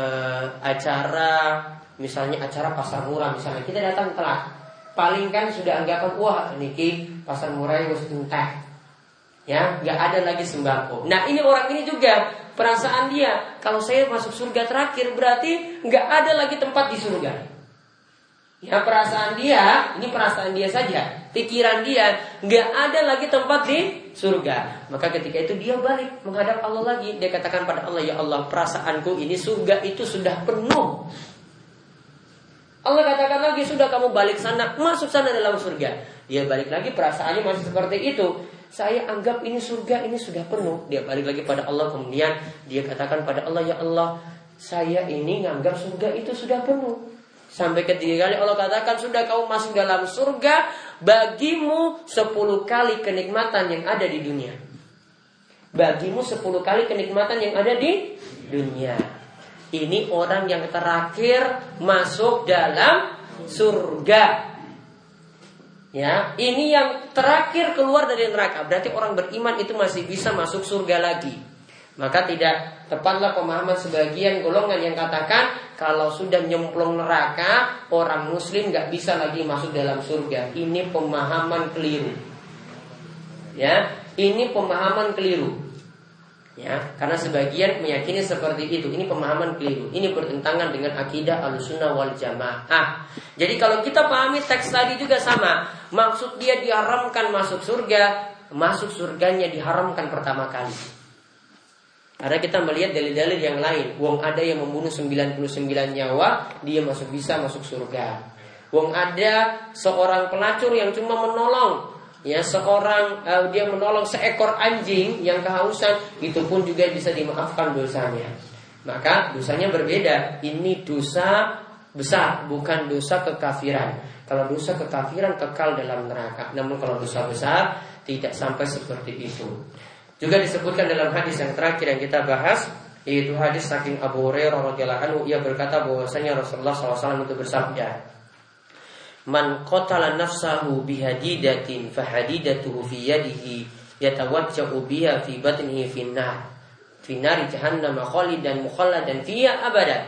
[SPEAKER 3] acara, misalnya acara pasar murah, misalnya kita datang telat, paling kan sudah anggapan, wah niki pasar murah itu entek. Ya, nggak ada lagi sembako. Nah ini orang ini juga perasaan dia, kalau saya masuk surga terakhir berarti nggak ada lagi tempat di surga. Ya, perasaan dia, ini perasaan dia saja, pikiran dia, nggak ada lagi tempat di surga. Maka ketika itu dia balik menghadap Allah lagi, dia katakan pada Allah, ya Allah, perasaanku ini surga itu sudah penuh. Allah katakan lagi, sudah kamu balik sana, masuk sana dalam surga. Dia balik lagi, perasaannya masih seperti itu. saya anggap ini surga ini sudah penuh. Dia balik lagi pada Allah, kemudian dia katakan pada Allah, ya Allah, saya ini nganggap surga itu sudah penuh. Sampai ketiga kali Allah katakan, sudah kau masuk dalam surga, bagimu sepuluh kali kenikmatan yang ada di dunia. Bagimu sepuluh kali kenikmatan yang ada di dunia. Ini orang yang terakhir masuk dalam surga. Ya, ini yang terakhir keluar dari neraka. Berarti orang beriman itu masih bisa masuk surga lagi. Maka tidak tepatlah pemahaman sebagian golongan yang katakan kalau sudah nyemplung neraka, orang muslim gak bisa lagi masuk dalam surga. Ini pemahaman keliru. Ya, ini pemahaman keliru. Ya, karena sebagian meyakini seperti itu. Ini pemahaman keliru. Ini bertentangan dengan akidah Ahlussunnah wal Jamaah. Jadi kalau kita pahami teks tadi juga sama. Maksud dia diharamkan masuk surga, masuk surganya diharamkan pertama kali. Karena kita melihat dalil-dalil yang lain. Wong ada yang membunuh sembilan puluh sembilan nyawa, dia masuk bisa masuk surga. Wong ada seorang pelacur yang cuma menolong, ya seorang uh, dia menolong seekor anjing yang kehausan, itu pun juga bisa dimaafkan dosanya. Maka dosanya berbeda. Ini dosa besar, bukan dosa kekafiran. Kalau dosa kekafiran kekal dalam neraka. Namun kalau dosa besar tidak sampai seperti itu. Juga disebutkan dalam hadis yang terakhir yang kita bahas, yaitu hadis saking Abu Hurairah radhiyallahu anhu, ia berkata bahwasanya Rasulullah shallallahu alaihi wasallam itu bersabda, man qatala nafsahu bihadidatin fahadidatuhu fi yadihi yatawajja'u biha fi batnihi finnar finnar jahannam khalidan mukhalladan fiha abada.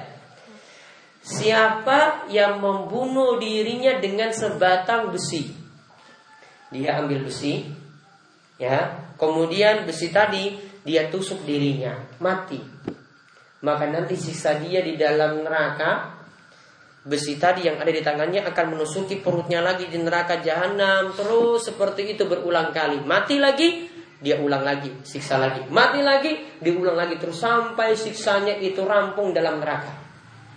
[SPEAKER 3] Siapa yang membunuh dirinya dengan sebatang besi, dia ambil besi, ya, kemudian besi tadi dia tusuk dirinya, mati, maka nanti sisa dia di dalam neraka. Besi tadi yang ada di tangannya akan menusuki perutnya lagi di neraka jahanam. Terus seperti itu berulang kali. Mati lagi, dia ulang lagi, siksa lagi. Mati lagi, diulang lagi. Terus sampai siksanya itu rampung dalam neraka.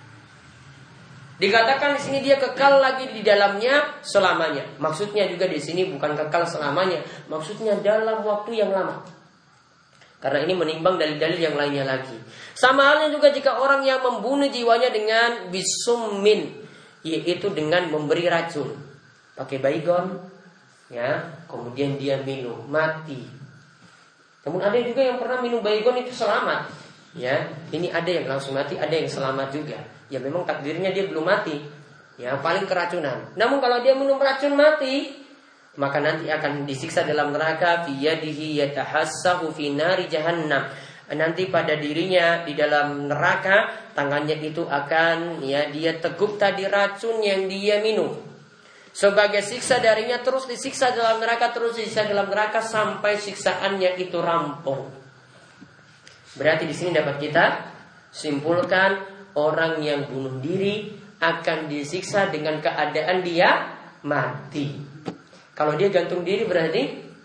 [SPEAKER 3] Dikatakan di sini dia kekal lagi di dalamnya selamanya. Maksudnya juga di sini bukan kekal selamanya. Maksudnya dalam waktu yang lama. Karena ini menimbang dalil-dalil yang lainnya lagi. Sama halnya juga jika orang yang membunuh jiwanya dengan bisummin, yaitu dengan memberi racun, pakai baygon, ya, kemudian dia minum, mati. Namun ada juga yang pernah minum baygon itu selamat, ya. Ini ada yang langsung mati, ada yang selamat juga. Ya memang takdirnya dia belum mati, ya paling keracunan. Namun kalau dia minum racun mati, maka nanti akan disiksa dalam neraka, fi yadihi yatahassahu fi nari jahannam. Nanti pada dirinya di dalam neraka, tangannya itu akan, ya, dia teguk tadi racun yang dia minum. Sebagai siksa darinya, terus disiksa dalam neraka, terus disiksa dalam neraka sampai siksaannya itu rampung. Berarti di sini dapat kita simpulkan orang yang bunuh diri akan disiksa dengan keadaan dia mati. Kalau dia gantung diri berarti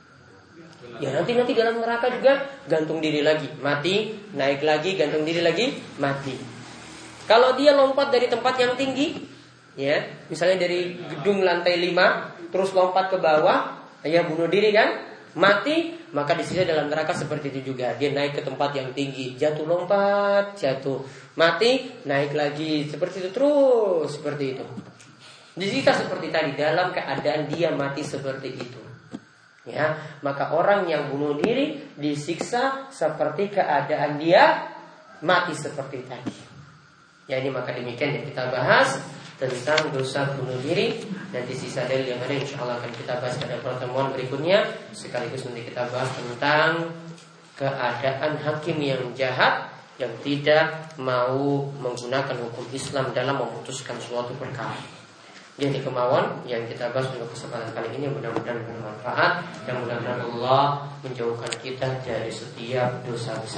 [SPEAKER 3] ya nanti nanti dalam neraka juga gantung diri lagi, mati, naik lagi, gantung diri lagi, mati. Kalau dia lompat dari tempat yang tinggi, ya, misalnya dari gedung lantai lima, terus lompat ke bawah, ya bunuh diri kan, mati, maka disiksa dalam neraka seperti itu juga. Dia naik ke tempat yang tinggi, jatuh lompat, jatuh, mati, naik lagi, seperti itu terus, seperti itu. Disiksa seperti tadi dalam keadaan dia mati seperti itu. Ya, maka orang yang bunuh diri disiksa seperti keadaan dia mati seperti tadi. Ya, ini maka demikian yang kita bahas tentang dosa bunuh diri. Dan di sisa dalil yang ada insyaallah akan kita bahas pada pertemuan berikutnya. Sekaligus nanti kita bahas tentang keadaan hakim yang jahat yang tidak mau menggunakan hukum Islam dalam memutuskan suatu perkara. Jadi kemauan yang kita bahas untuk kesempatan kali ini mudah-mudahan bermanfaat dan mudah-mudahan Allah menjauhkan kita dari setiap dosa besar.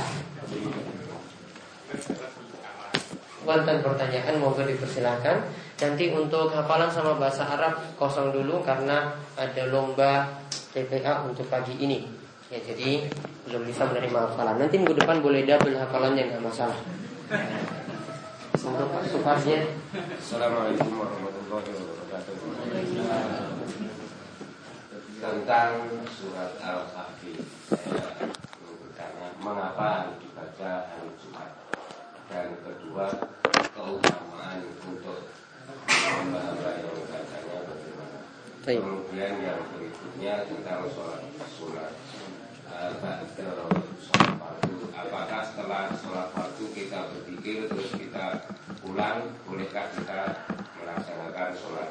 [SPEAKER 3] Wonten pertanyaan mohon dipersilakan. Nanti untuk hafalan sama bahasa Arab kosong dulu karena ada lomba T P A untuk pagi ini. Ya, jadi belum bisa menerima hafalan. Nanti minggu depan boleh double hafalannya, nggak masalah. Untuk suparnya.
[SPEAKER 2] Assalamualaikum warahmatullahi wabarakatuh. tentang surat Al-Kahfi. Saya bertanya mengapa harus dibaca hari Jumat, dan kedua keutamaan untuk hamba-hamba yang membacanya bagaimana. Kemudian yang berikutnya tentang sholat sunat. Sholat fardu, apakah setelah sholat fardu kita berpikir terus kita pulang, bolehkah kita melaksanakan sholat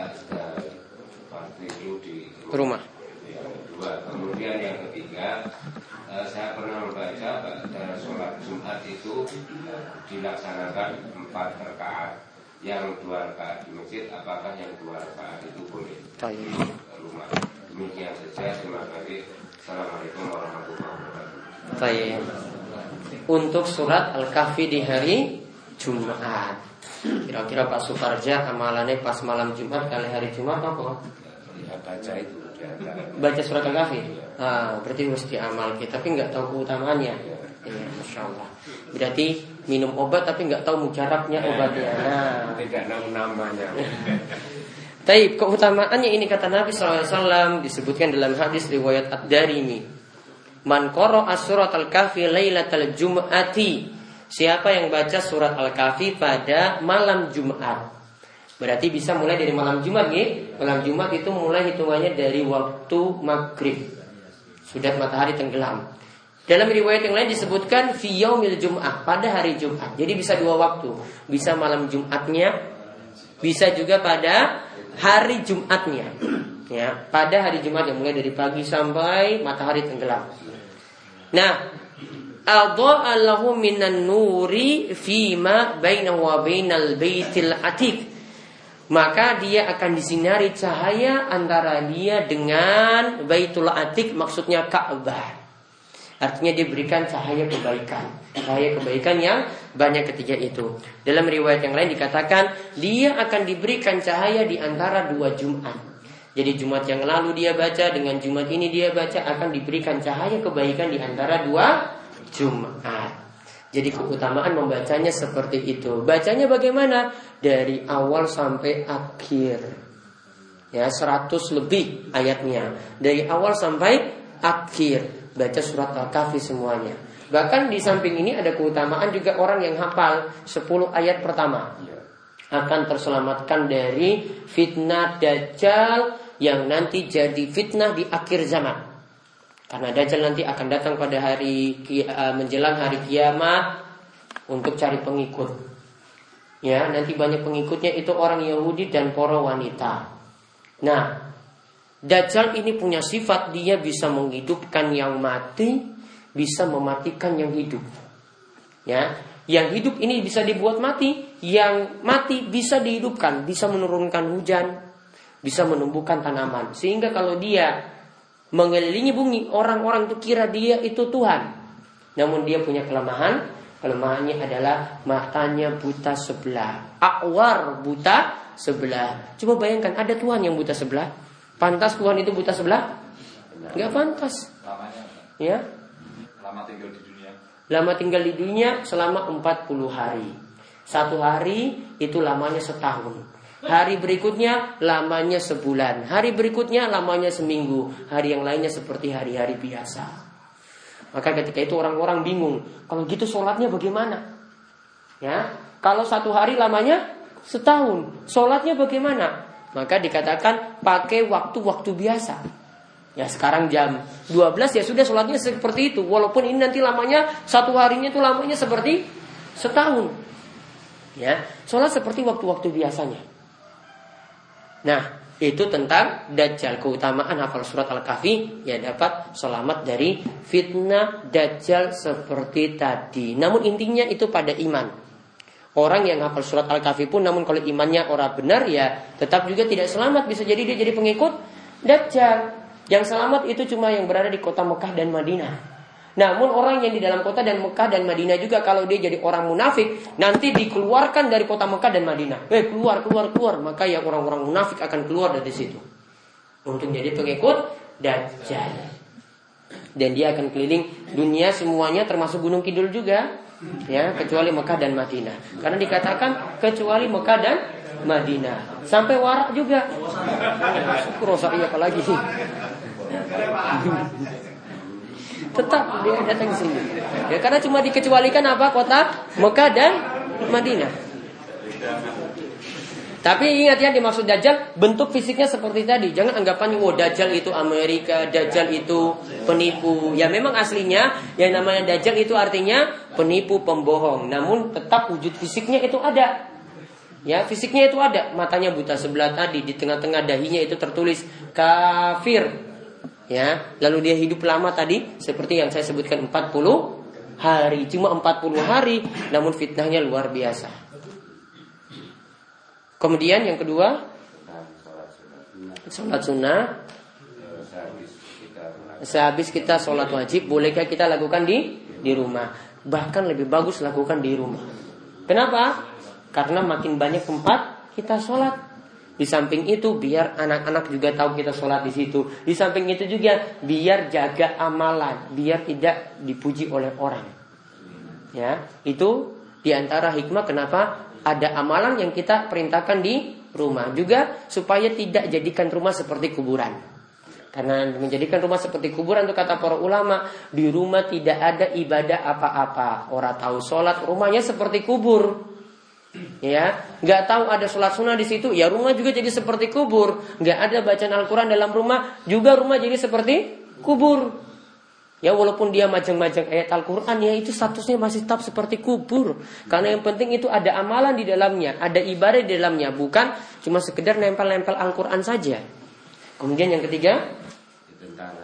[SPEAKER 2] fardu itu di rumah? Yang kedua, kemudian yang ketiga, saya pernah membaca pada sholat Jumat itu dilaksanakan empat rakaat, yang dua rakaat di masjid. Apakah yang dua rakaat itu boleh di rumah? Demikian saja, terima kasih. Assalamualaikum warahmatullahi wabarakatuh.
[SPEAKER 3] Baik. Untuk surat Al-Kahfi di hari Jumat, kira-kira Pak Suparja amalannya pas malam Jumat kali hari Jumat apa?
[SPEAKER 2] Ya, baca itu.
[SPEAKER 3] Baca surat Al-Kahfi. Ah, berarti mesti amal kita, tapi nggak tahu keutamaannya. Iya, masya Allah. Berarti minum obat tapi nggak tahu mujarabnya obatnya. Nah,
[SPEAKER 2] tidak tahu namanya.
[SPEAKER 3] Taib, keutamaannya ini kata Nabi shallallahu alaihi wasallam disebutkan dalam hadis riwayat Ad-Darimi. Man qara'a surat Al-Kahfi lailatal jum'ati. Siapa yang baca surat Al-Kahfi pada malam Jumat. Berarti bisa mulai dari malam Jumat nih. Malam Jumat itu mulai hitungannya dari waktu maghrib. Sudah matahari tenggelam. Dalam riwayat yang lain disebutkan fi yaumil jum'ah, pada hari Jumat. Jadi bisa dua waktu. Bisa malam Jumatnya, bisa juga pada hari Jumatnya, ya, pada hari Jumat yang mulai dari pagi sampai matahari tenggelam. Nah, adha'a lahu minan nuri fima bainahu wa bainal baitil atiq. Maka dia akan disinari cahaya antara dia dengan Baitul Atiq, maksudnya Ka'bah. Artinya diberikan cahaya kebaikan, cahaya kebaikan yang banyak ketika itu. Dalam riwayat yang lain dikatakan dia akan diberikan cahaya di antara dua Jumat. Jadi Jumat yang lalu dia baca dengan Jumat ini dia baca, akan diberikan cahaya kebaikan di antara dua Jumat. Jadi keutamaan membacanya seperti itu. Bacanya bagaimana? Dari awal sampai akhir. Ya, seratus lebih ayatnya. Dari awal sampai akhir. Baca surat Al-Kahfi semuanya. Bahkan di samping ini ada keutamaan juga orang yang hafal sepuluh ayat pertama akan terselamatkan dari fitnah Dajjal yang nanti jadi fitnah di akhir zaman. Karena Dajjal nanti akan datang pada hari menjelang hari kiamat untuk cari pengikut. Ya, nanti banyak pengikutnya itu orang Yahudi dan para wanita. Nah, Dajjal ini punya sifat dia bisa menghidupkan yang mati, bisa mematikan yang hidup. Ya, yang hidup ini bisa dibuat mati, yang mati bisa dihidupkan, bisa menurunkan hujan, bisa menumbuhkan tanaman. Sehingga kalau dia mengelilingi bumi, orang-orang itu kira dia itu Tuhan. Namun dia punya kelemahan, kelemahannya adalah matanya buta sebelah. A'war, buta sebelah. Coba bayangkan ada Tuhan yang buta sebelah. Pantas Tuhan itu buta sebelah? Enggak pantas.
[SPEAKER 4] Lamanya,
[SPEAKER 3] ya.
[SPEAKER 4] Lama tinggal di dunia.
[SPEAKER 3] Lama tinggal di dunia selama empat puluh hari. Satu hari itu lamanya setahun. Hari berikutnya lamanya sebulan. Hari berikutnya lamanya seminggu. Hari yang lainnya seperti hari-hari biasa. Maka ketika itu orang-orang bingung. Kalau gitu sholatnya bagaimana? Ya, kalau satu hari lamanya setahun, sholatnya bagaimana? Maka dikatakan pakai waktu-waktu biasa. Ya sekarang jam dua belas ya sudah sholatnya seperti itu. Walaupun ini nanti lamanya satu harinya itu lamanya seperti setahun. Ya, sholat seperti waktu-waktu biasanya. Nah, itu tentang Dajjal. Keutamaan hafal surat Al-Kahfi ya dapat selamat dari fitnah Dajjal seperti tadi. Namun intinya itu pada iman. Orang yang hafal surat Al-Kahfi pun namun kalau imannya orang benar ya tetap juga tidak selamat. Bisa jadi dia jadi pengikut Dajjal. Yang selamat itu cuma yang berada di kota Mekah dan Madinah. Namun orang yang di dalam kota dan Mekah dan Madinah juga kalau dia jadi orang munafik nanti dikeluarkan dari kota Mekah dan Madinah. Eh keluar keluar keluar. Maka ya orang-orang munafik akan keluar dari situ untuk jadi pengikut Dajjal. Dan dia akan keliling dunia semuanya termasuk Gunung Kidul juga. Ya, kecuali Mekah dan Madinah. Karena dikatakan kecuali Mekah dan Madinah. Sampai warak juga. Syukur iya apalagi. Tetap dia datang ke sini. Ya karena cuma dikecualikan apa? Kota Mekah dan Madinah. Tapi ingat ya, dimaksud Dajjal bentuk fisiknya seperti tadi. Jangan anggapan oh Dajjal itu Amerika, Dajjal itu penipu. Ya memang aslinya yang namanya Dajjal itu artinya penipu, pembohong. Namun tetap wujud fisiknya itu ada. Ya, fisiknya itu ada. Matanya buta sebelah tadi, di tengah-tengah dahinya itu tertulis kafir. Ya, lalu dia hidup lama tadi seperti yang saya sebutkan empat puluh hari. Cuma empat puluh hari, namun fitnahnya luar biasa. Kemudian yang kedua, sholat sunnah. Sehabis kita sholat wajib, bolehkah kita lakukan di di rumah? Bahkan lebih bagus lakukan di rumah. Kenapa? Karena makin banyak tempat kita sholat. Di samping itu biar anak-anak juga tahu kita sholat di situ. Di samping itu juga biar jaga amalan, biar tidak dipuji oleh orang. Ya, itu diantara hikmah kenapa ada amalan yang kita perintahkan di rumah. Juga supaya tidak jadikan rumah seperti kuburan. Karena menjadikan rumah seperti kuburan itu kata para ulama, di rumah tidak ada ibadah apa-apa. Orang tahu sholat, rumahnya seperti kubur. Ya, nggak tahu ada sholat sunnah di situ, ya rumah juga jadi seperti kubur. Nggak ada bacaan Al-Quran dalam rumah, juga rumah jadi seperti kubur. Ya walaupun dia majang-majang ayat Al-Quran, ya itu statusnya masih tetap seperti kubur. Karena yang penting itu ada amalan di dalamnya, ada ibadah di dalamnya, bukan cuma sekedar nempel-nempel Al-Quran saja. Kemudian yang ketiga,
[SPEAKER 2] tentang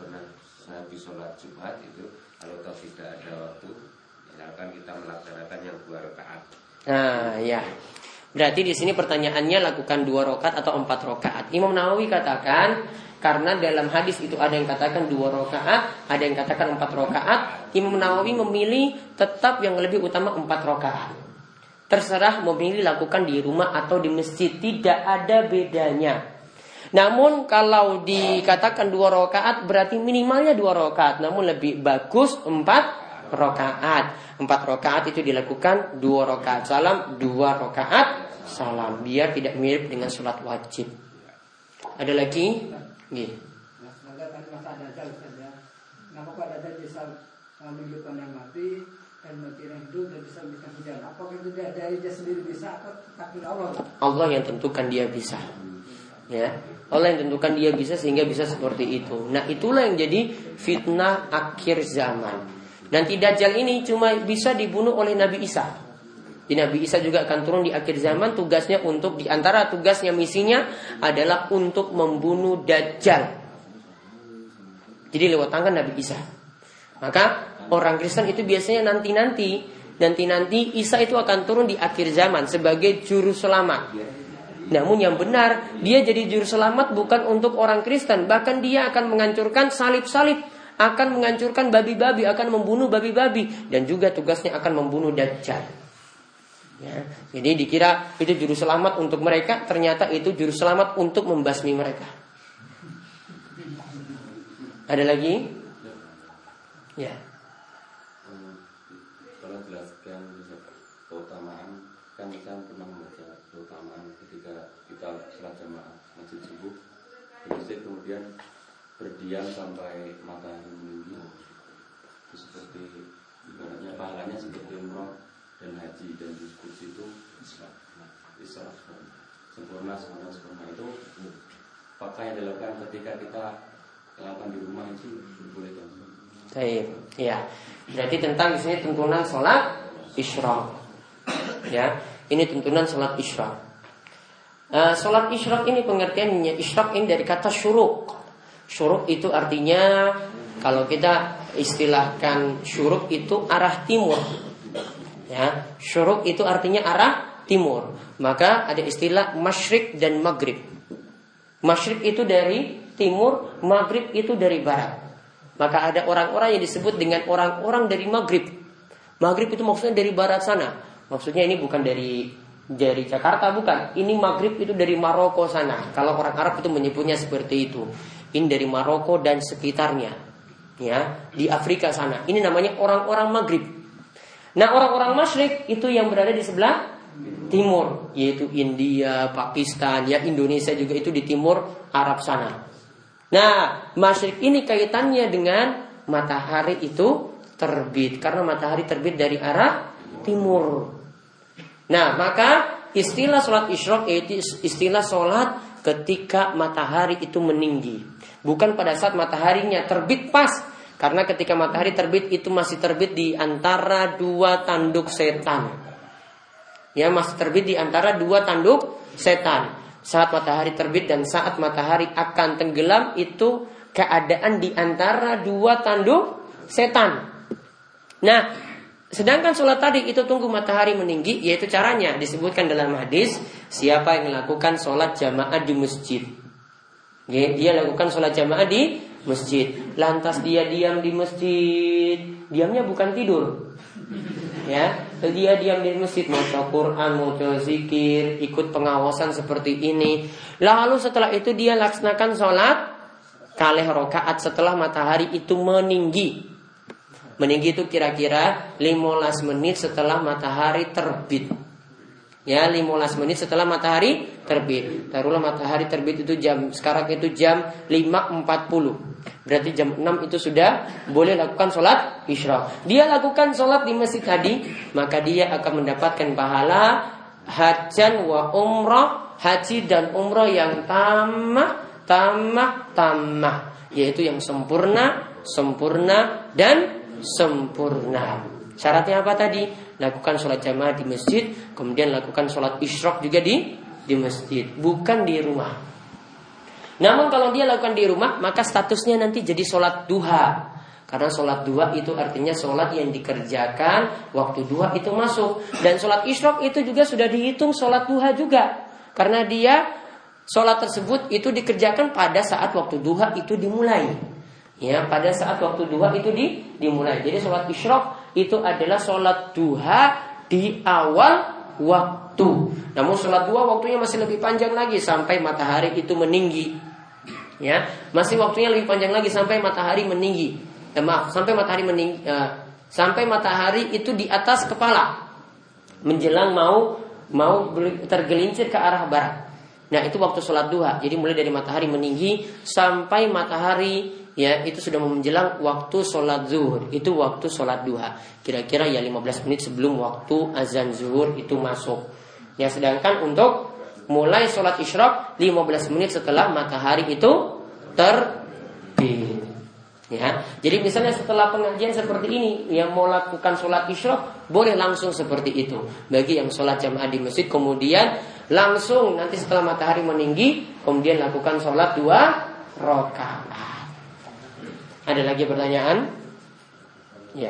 [SPEAKER 2] habis sholat Jumat itu kalau toh tidak ada waktu, misalkan kita melaksanakan yang dua rakaat.
[SPEAKER 3] Nah ya, berarti di sini pertanyaannya lakukan dua rakaat atau empat rakaat. Imam Nawawi katakan karena dalam hadis itu ada yang katakan dua rakaat, ada yang katakan empat rakaat. Imam Nawawi memilih tetap yang lebih utama empat rakaat. Terserah memilih lakukan di rumah atau di masjid, tidak ada bedanya. Namun kalau dikatakan dua rakaat berarti minimalnya dua rakaat, namun lebih bagus empat rakaat. Empat rakaat itu dilakukan dua rakaat salam, dua rakaat salam, biar tidak mirip dengan sholat wajib. Ada lagi? Gih.
[SPEAKER 5] Nah, semoga tadi masa Dajjal Ustaz ya. Kenapa kok Dajjal bisa menghidupkan yang mati dan mati yang hidup dan bisa memberikan hujan? Apakah itu dari dia sendiri bisa atau takdir Allah?
[SPEAKER 3] Allah yang tentukan dia bisa. Ya, Allah yang tentukan dia bisa sehingga bisa seperti itu. Nah, itulah yang jadi fitnah akhir zaman. Nanti Dajjal ini cuma bisa dibunuh oleh Nabi Isa. Di Nabi Isa juga akan turun di akhir zaman. Tugasnya untuk, di antara tugasnya misinya adalah untuk membunuh Dajjal. Jadi lewat tangan Nabi Isa. Maka orang Kristen itu biasanya nanti-nanti Nanti-nanti Isa itu akan turun di akhir zaman sebagai juru selamat. Namun yang benar, dia jadi juru selamat bukan untuk orang Kristen. Bahkan dia akan menghancurkan salib-salib, akan menghancurkan babi-babi, akan membunuh babi-babi, dan juga tugasnya akan membunuh Dajjal. Ya, jadi dikira itu juru selamat untuk mereka, ternyata itu juru selamat untuk membasmi mereka. Ada lagi? Ya.
[SPEAKER 6] Kalau jelaskan keutamaan, kan kita pernah membaca keutamaan ketika kita sholat jamaah masjid subuh di masjid, kemudian berdiam sampai matahari meninggi. Itu seperti ibaratnya pahalanya seperti umroh dan haji, dan diskusi itu israf sempurna sempurna sempurna. Itu apakah yang dilakukan ketika kita lakukan di rumah itu boleh kan?
[SPEAKER 3] Baik, ya. Berarti tentang di sini tuntunan sholat isyraq. Ya, ini tuntunan sholat isyraq. Uh, sholat isyraq ini pengertiannya, isyraq ini dari kata syuruk. Syuruk itu artinya, kalau kita istilahkan syuruk itu arah timur. Ya, syuruk itu artinya arah timur. Maka ada istilah masyrik dan maghrib. Masyrik itu dari timur, maghrib itu dari barat. Maka ada orang-orang yang disebut dengan orang-orang dari maghrib. Maghrib itu maksudnya dari barat sana. Maksudnya ini bukan dari dari Jakarta, bukan. Ini maghrib itu dari Maroko sana. Kalau orang Arab itu menyebutnya seperti itu. Ini dari Maroko dan sekitarnya. Ya, di Afrika sana. Ini namanya orang-orang maghrib. Nah, orang-orang masyrik itu yang berada di sebelah timur, yaitu India, Pakistan, ya Indonesia juga itu di timur Arab sana. Nah, masyrik ini kaitannya dengan matahari itu terbit, karena matahari terbit dari arah timur. Nah, maka istilah sholat isyraq yaitu istilah sholat ketika matahari itu meninggi, bukan pada saat mataharinya terbit pas. Karena ketika matahari terbit itu masih terbit di antara dua tanduk setan. Ya, masih terbit di antara dua tanduk setan. Saat matahari terbit dan saat matahari akan tenggelam itu keadaan di antara dua tanduk setan. Nah, sedangkan sholat tadi itu tunggu matahari meninggi, yaitu caranya disebutkan dalam hadis, siapa yang melakukan sholat jamaah di masjid, ya, dia lakukan sholat jamaah di masjid, lantas dia diam di masjid, diamnya bukan tidur, ya, dia diam di masjid, baca Quran, baca zikir, ikut pengawasan seperti ini. Lalu setelah itu dia laksanakan sholat kalih rakaat setelah matahari itu meninggi. Meninggi itu kira-kira lima belas menit setelah matahari terbit. Ya, lima belas menit setelah matahari terbit. Taruhlah matahari terbit itu jam, sekarang itu jam lima empat puluh. Berarti jam enam itu sudah boleh lakukan sholat isyraq. Dia lakukan sholat di masjid tadi, maka dia akan mendapatkan pahala hajan wa umrah, haji dan umrah yang tamah, tamah, tamah, yaitu yang sempurna, sempurna dan sempurna. Syaratnya apa tadi? Lakukan sholat jamaah di masjid, kemudian lakukan sholat isyraq juga di di masjid, bukan di rumah. Namun kalau dia lakukan di rumah, maka statusnya nanti jadi sholat duha. Karena sholat duha itu artinya sholat yang dikerjakan waktu duha itu masuk. Dan sholat isyraq itu juga sudah dihitung sholat duha juga, karena dia sholat tersebut itu dikerjakan pada saat waktu duha itu dimulai. Ya, pada saat waktu duha itu di, dimulai. Jadi sholat isyraq itu adalah sholat duha di awal waktu. Namun sholat duha waktunya masih lebih panjang lagi sampai matahari itu meninggi. Ya, masih waktunya lebih panjang lagi sampai matahari meninggi. Eh, maaf, sampai matahari meninggi, uh, sampai matahari itu di atas kepala, menjelang mau mau tergelincir ke arah barat. Nah, itu waktu sholat duha. Jadi mulai dari matahari meninggi sampai matahari, ya, itu sudah menjelang waktu sholat zuhur. Itu waktu sholat duha. Kira-kira ya lima belas menit sebelum waktu azan zuhur itu masuk. Ya, sedangkan untuk mulai sholat isyraq lima belas menit setelah matahari itu terbit. Ya, jadi misalnya setelah pengajian seperti ini, yang mau lakukan sholat isyraq boleh langsung seperti itu. Bagi yang sholat jamaah di masjid, kemudian langsung nanti setelah matahari meninggi, kemudian lakukan sholat dua rakaat. Ada lagi pertanyaan? Ya.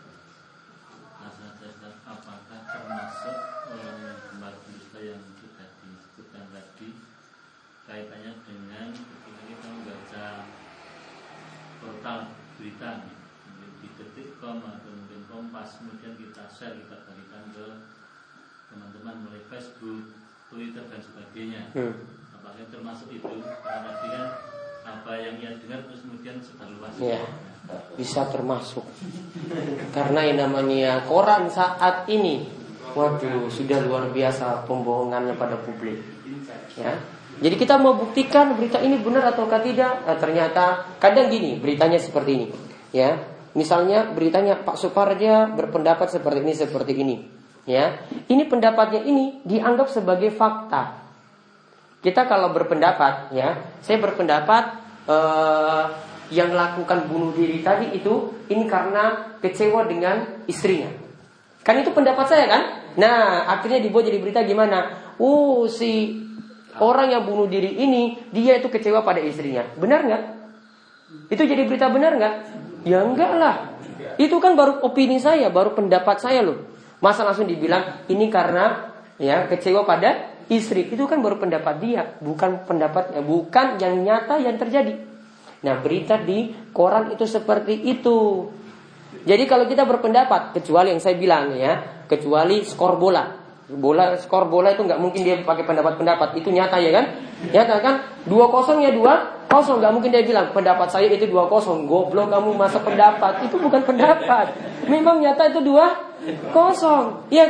[SPEAKER 7] Apakah termasuk orang yang kembar dusta yang sudah disebutkan tadi, kaitannya dengan ketika kita membaca portal berita di detik.com atau mungkin Kompas, kemudian kita share, kita berikan ke teman-teman melalui Facebook, Twitter dan sebagainya. Hmm. Apakah termasuk itu? Karena tadi kan apa yang ia dengar terus kemudian sebar luas.
[SPEAKER 3] Ya, bisa termasuk. Karena yang namanya koran saat ini, waduh, sudah luar biasa pembohongannya pada publik. Ya. Jadi kita mau buktikan berita ini benar ataukah tidak? Nah, ternyata kadang gini, beritanya seperti ini. Ya, misalnya beritanya Pak Suparja berpendapat seperti ini, seperti ini. Ya, ini pendapatnya ini dianggap sebagai fakta. Kita kalau berpendapat, ya, saya berpendapat eh, yang lakukan bunuh diri tadi itu ini karena kecewa dengan istrinya. Kan itu pendapat saya kan? Nah, akhirnya dibuat jadi berita gimana? Oh, si orang yang bunuh diri ini dia itu kecewa pada istrinya. Benar nggak? Itu jadi berita benar nggak? Ya enggak lah. Itu kan baru opini saya, baru pendapat saya loh. Masa langsung dibilang ini karena ya kecewa pada istri, itu kan baru pendapat dia, bukan pendapatnya, bukan yang nyata yang terjadi. Nah, berita di koran itu seperti itu. Jadi kalau kita berpendapat, kecuali yang saya bilang ya, kecuali skor bola, bola skor bola itu nggak mungkin dia pakai pendapat-pendapat, itu nyata ya kan? Nyata kan? dua kosong ya dua kosong, nggak mungkin dia bilang pendapat saya itu dua kosong. Goblok kamu, masa pendapat itu bukan pendapat. Memang nyata itu dua kosong, iya kan?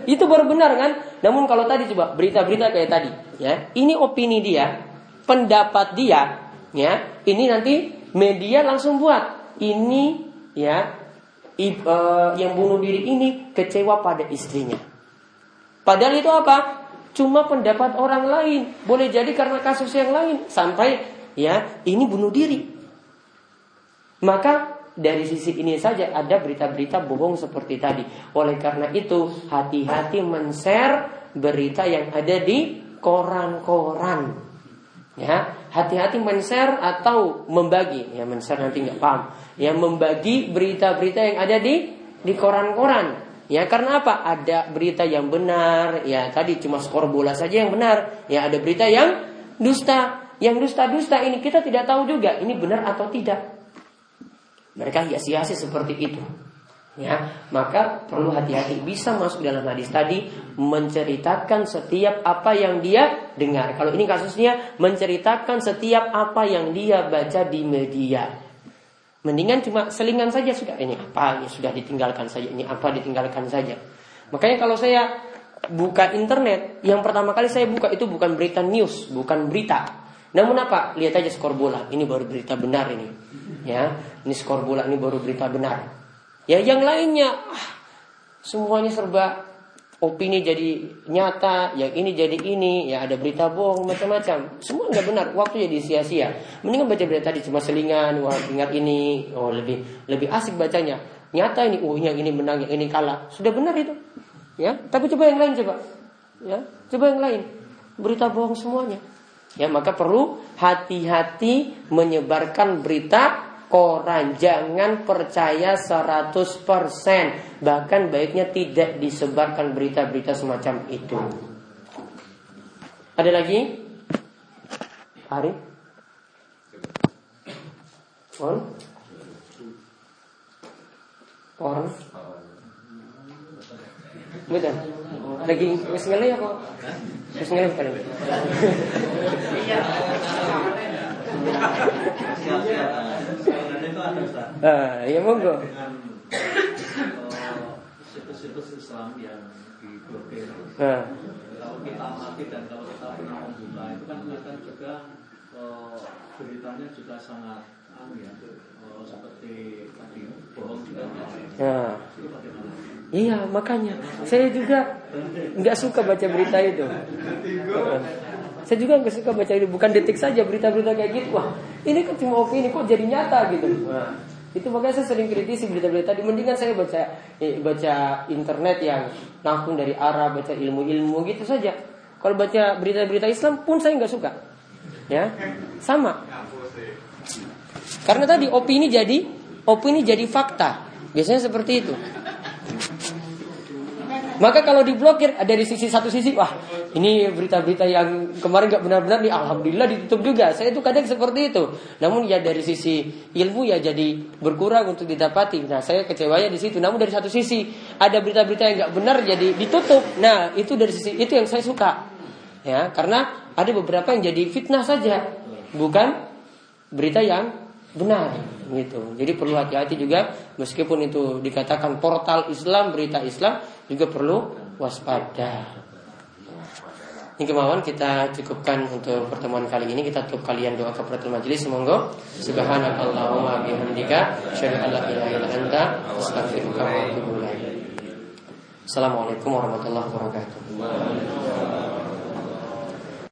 [SPEAKER 3] Itu baru benar kan? Namun kalau tadi coba berita-berita kayak tadi, ya, ini opini dia, pendapat dia, ya, ini nanti media langsung buat ini, ya, i, uh, yang bunuh diri ini kecewa pada istrinya. Padahal itu apa? Cuma pendapat orang lain. Boleh jadi karena kasus yang lain sampai, ya, ini bunuh diri. Maka dari sisi ini saja ada berita-berita bohong seperti tadi. Oleh karena itu hati-hati men-share berita yang ada di koran-koran. Ya, hati-hati men-share atau membagi. Ya, men-share nanti nggak paham. Ya, membagi berita-berita yang ada di di koran-koran. Ya, karena apa? Ada berita yang benar. Ya, tadi cuma skor bola saja yang benar. Ya, ada berita yang dusta. Yang dusta-dusta ini kita tidak tahu juga ini benar atau tidak. Mereka hias-hiasi seperti itu, ya, maka perlu hati-hati. Bisa masuk dalam hadis tadi menceritakan setiap apa yang dia dengar. Kalau ini kasusnya menceritakan setiap apa yang dia baca di media. Mendingan cuma selingan saja sudah. Ini apa? Ya sudah ditinggalkan saja. Ini apa? Ditinggalkan saja. Makanya kalau saya buka internet, yang pertama kali saya buka itu bukan berita news, bukan berita. Namun apa? Lihat aja skor bola. Ini baru berita benar ini. Ya, ini skor bola, ini baru berita benar. Ya, yang lainnya ah, semuanya serba opini jadi nyata, yang ini jadi ini, ya ada berita bohong macam-macam. Semua nggak benar, waktu jadi sia-sia. Mendingan baca berita tadi cuma selingan, wah ingat ini, oh lebih lebih asik bacanya. Nyata ini, oh yang ini menang, yang ini kalah. Sudah benar itu. Ya, tapi coba yang lain coba. Ya, coba yang lain. Berita bohong semuanya. Ya, maka perlu hati-hati menyebarkan berita koran. Jangan percaya seratus persen. Bahkan baiknya tidak disebarkan berita-berita semacam itu. Ada lagi? Hari? On? Porn? Betul. Lagi wis ngelih apa? Wis ngelih kali. Iya. Ah, ya monggo.
[SPEAKER 7] Situs-situs Islam yang diblokir.
[SPEAKER 3] Nah.
[SPEAKER 7] Kalau kita amati dan kalau kita pernah membuka itu kan kelihatan juga oh, beritanya juga sangat anu ya, oh, seperti tadi bohong juga.
[SPEAKER 3] Ya. Itu bagaimana? Iya, makanya saya juga nggak suka baca berita itu. Saya juga nggak suka baca itu. Bukan detik saja berita-berita kayak gitu. Wah, ini kan cuma opini kok jadi nyata gitu. Nah, itu makanya saya sering kritisi berita-berita. Mendingan saya baca eh, baca internet yang langsung dari Arab, baca ilmu-ilmu gitu saja. Kalau baca berita-berita Islam pun saya nggak suka. Ya, sama. Karena tadi opini jadi opini jadi fakta. Biasanya seperti itu. Maka kalau diblokir dari sisi satu sisi, wah ini berita-berita yang kemarin gak benar-benar nih, alhamdulillah ditutup juga. Saya itu kadang seperti itu. Namun ya dari sisi ilmu ya jadi berkurang untuk didapati. Nah saya kecewanya di situ. Namun dari satu sisi ada berita-berita yang gak benar jadi ditutup. Nah itu dari sisi itu yang saya suka. Ya karena ada beberapa yang jadi fitnah saja, bukan berita yang benar gitu. Jadi perlu hati-hati juga, meskipun itu dikatakan portal Islam, berita Islam, juga perlu waspada. Ini kemauan kita cukupkan untuk pertemuan kali ini. Kita tutup kalian doa kafaratul majelis. Semoga subhanakallahumma bihamdika asyhadu an la ilaha illa anta astaghfiruka wa atubu ilaik. Assalamualaikum warahmatullahi wabarakatuh.